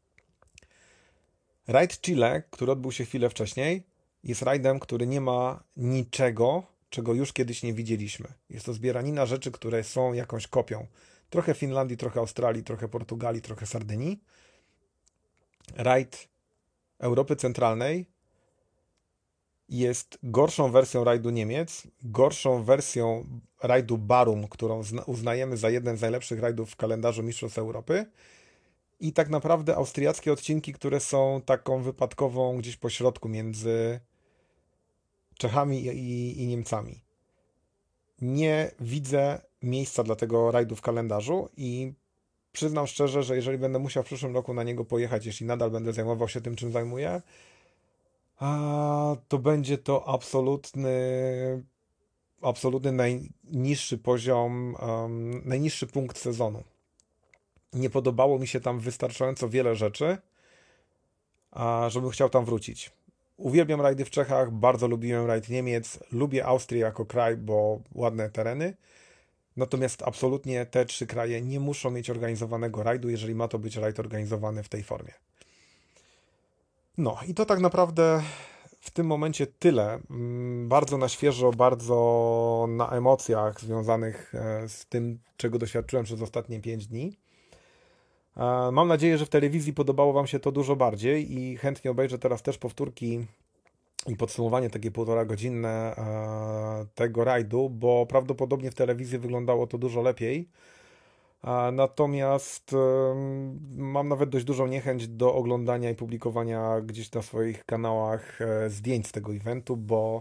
Rajd Chile, który odbył się chwilę wcześniej, jest rajdem, który nie ma niczego, czego już kiedyś nie widzieliśmy. Jest to zbieranina rzeczy, które są jakąś kopią. Trochę Finlandii, trochę Australii, trochę Portugalii, trochę Sardynii. Rajd Europy Centralnej jest gorszą wersją rajdu Niemiec, gorszą wersją rajdu Barum, którą uznajemy za jeden z najlepszych rajdów w kalendarzu Mistrzostw Europy, i tak naprawdę austriackie odcinki, które są taką wypadkową gdzieś po środku między Czechami i, i Niemcami. Nie widzę miejsca dla tego rajdu w kalendarzu i przyznam szczerze, że jeżeli będę musiał w przyszłym roku na niego pojechać, jeśli nadal będę zajmował się tym, czym zajmuję, a to będzie to absolutny, absolutny najniższy poziom, um, najniższy punkt sezonu. Nie podobało mi się tam wystarczająco wiele rzeczy, a żebym chciał tam wrócić. Uwielbiam rajdy w Czechach, bardzo lubiłem rajd Niemiec, lubię Austrię jako kraj, bo ładne tereny. Natomiast absolutnie te trzy kraje nie muszą mieć organizowanego rajdu, jeżeli ma to być rajd organizowany w tej formie. No i to tak naprawdę w tym momencie tyle. Bardzo na świeżo, bardzo na emocjach związanych z tym, czego doświadczyłem przez ostatnie pięć dni. Mam nadzieję, że w telewizji podobało Wam się to dużo bardziej i chętnie obejrzę teraz też powtórki i podsumowanie takie półtora godzinne tego rajdu, bo prawdopodobnie w telewizji wyglądało to dużo lepiej. Natomiast mam nawet dość dużą niechęć do oglądania i publikowania gdzieś na swoich kanałach zdjęć z tego eventu, bo,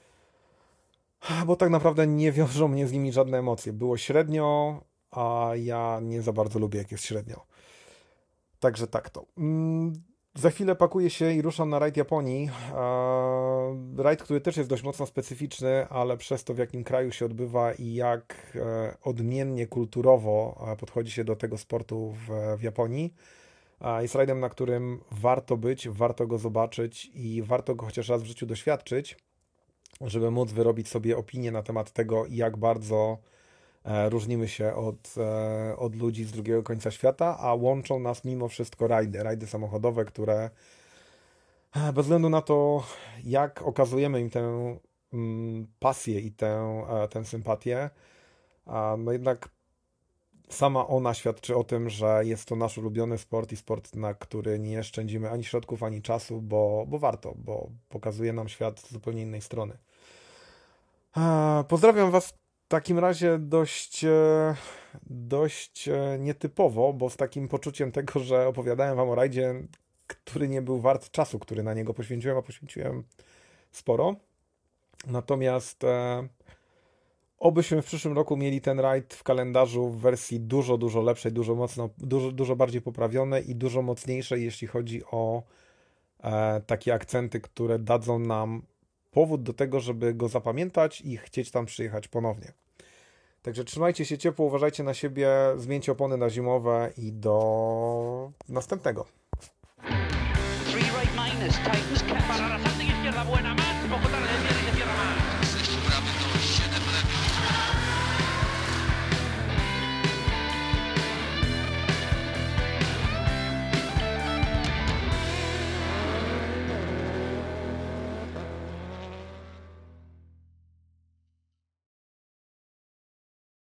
bo tak naprawdę nie wiążą mnie z nimi żadne emocje. Było średnio, a ja nie za bardzo lubię, jak jest średnio. Także tak to. Za chwilę pakuję się i ruszam na rajd Japonii. Rajd, który też jest dość mocno specyficzny, ale przez to, w jakim kraju się odbywa i jak odmiennie kulturowo podchodzi się do tego sportu w, w Japonii, jest rajdem, na którym warto być, warto go zobaczyć i warto go chociaż raz w życiu doświadczyć, żeby móc wyrobić sobie opinię na temat tego, jak bardzo różnimy się od, od ludzi z drugiego końca świata, a łączą nas mimo wszystko rajdy, rajdy samochodowe, które bez względu na to, jak okazujemy im tę mm, pasję i tę, tę sympatię, no jednak sama ona świadczy o tym, że jest to nasz ulubiony sport i sport, na który nie szczędzimy ani środków, ani czasu, bo, bo warto, bo pokazuje nam świat z zupełnie innej strony. Pozdrawiam Was w takim razie dość, dość nietypowo, bo z takim poczuciem tego, że opowiadałem Wam o rajdzie, który nie był wart czasu, który na niego poświęciłem, a poświęciłem sporo. Natomiast e, obyśmy w przyszłym roku mieli ten rajd w kalendarzu w wersji dużo, dużo lepszej, dużo mocno, dużo, dużo bardziej poprawionej i dużo mocniejszej, jeśli chodzi o e, takie akcenty, które dadzą nam powód do tego, żeby go zapamiętać i chcieć tam przyjechać ponownie. Także trzymajcie się ciepło, uważajcie na siebie, zmieńcie opony na zimowe i do następnego.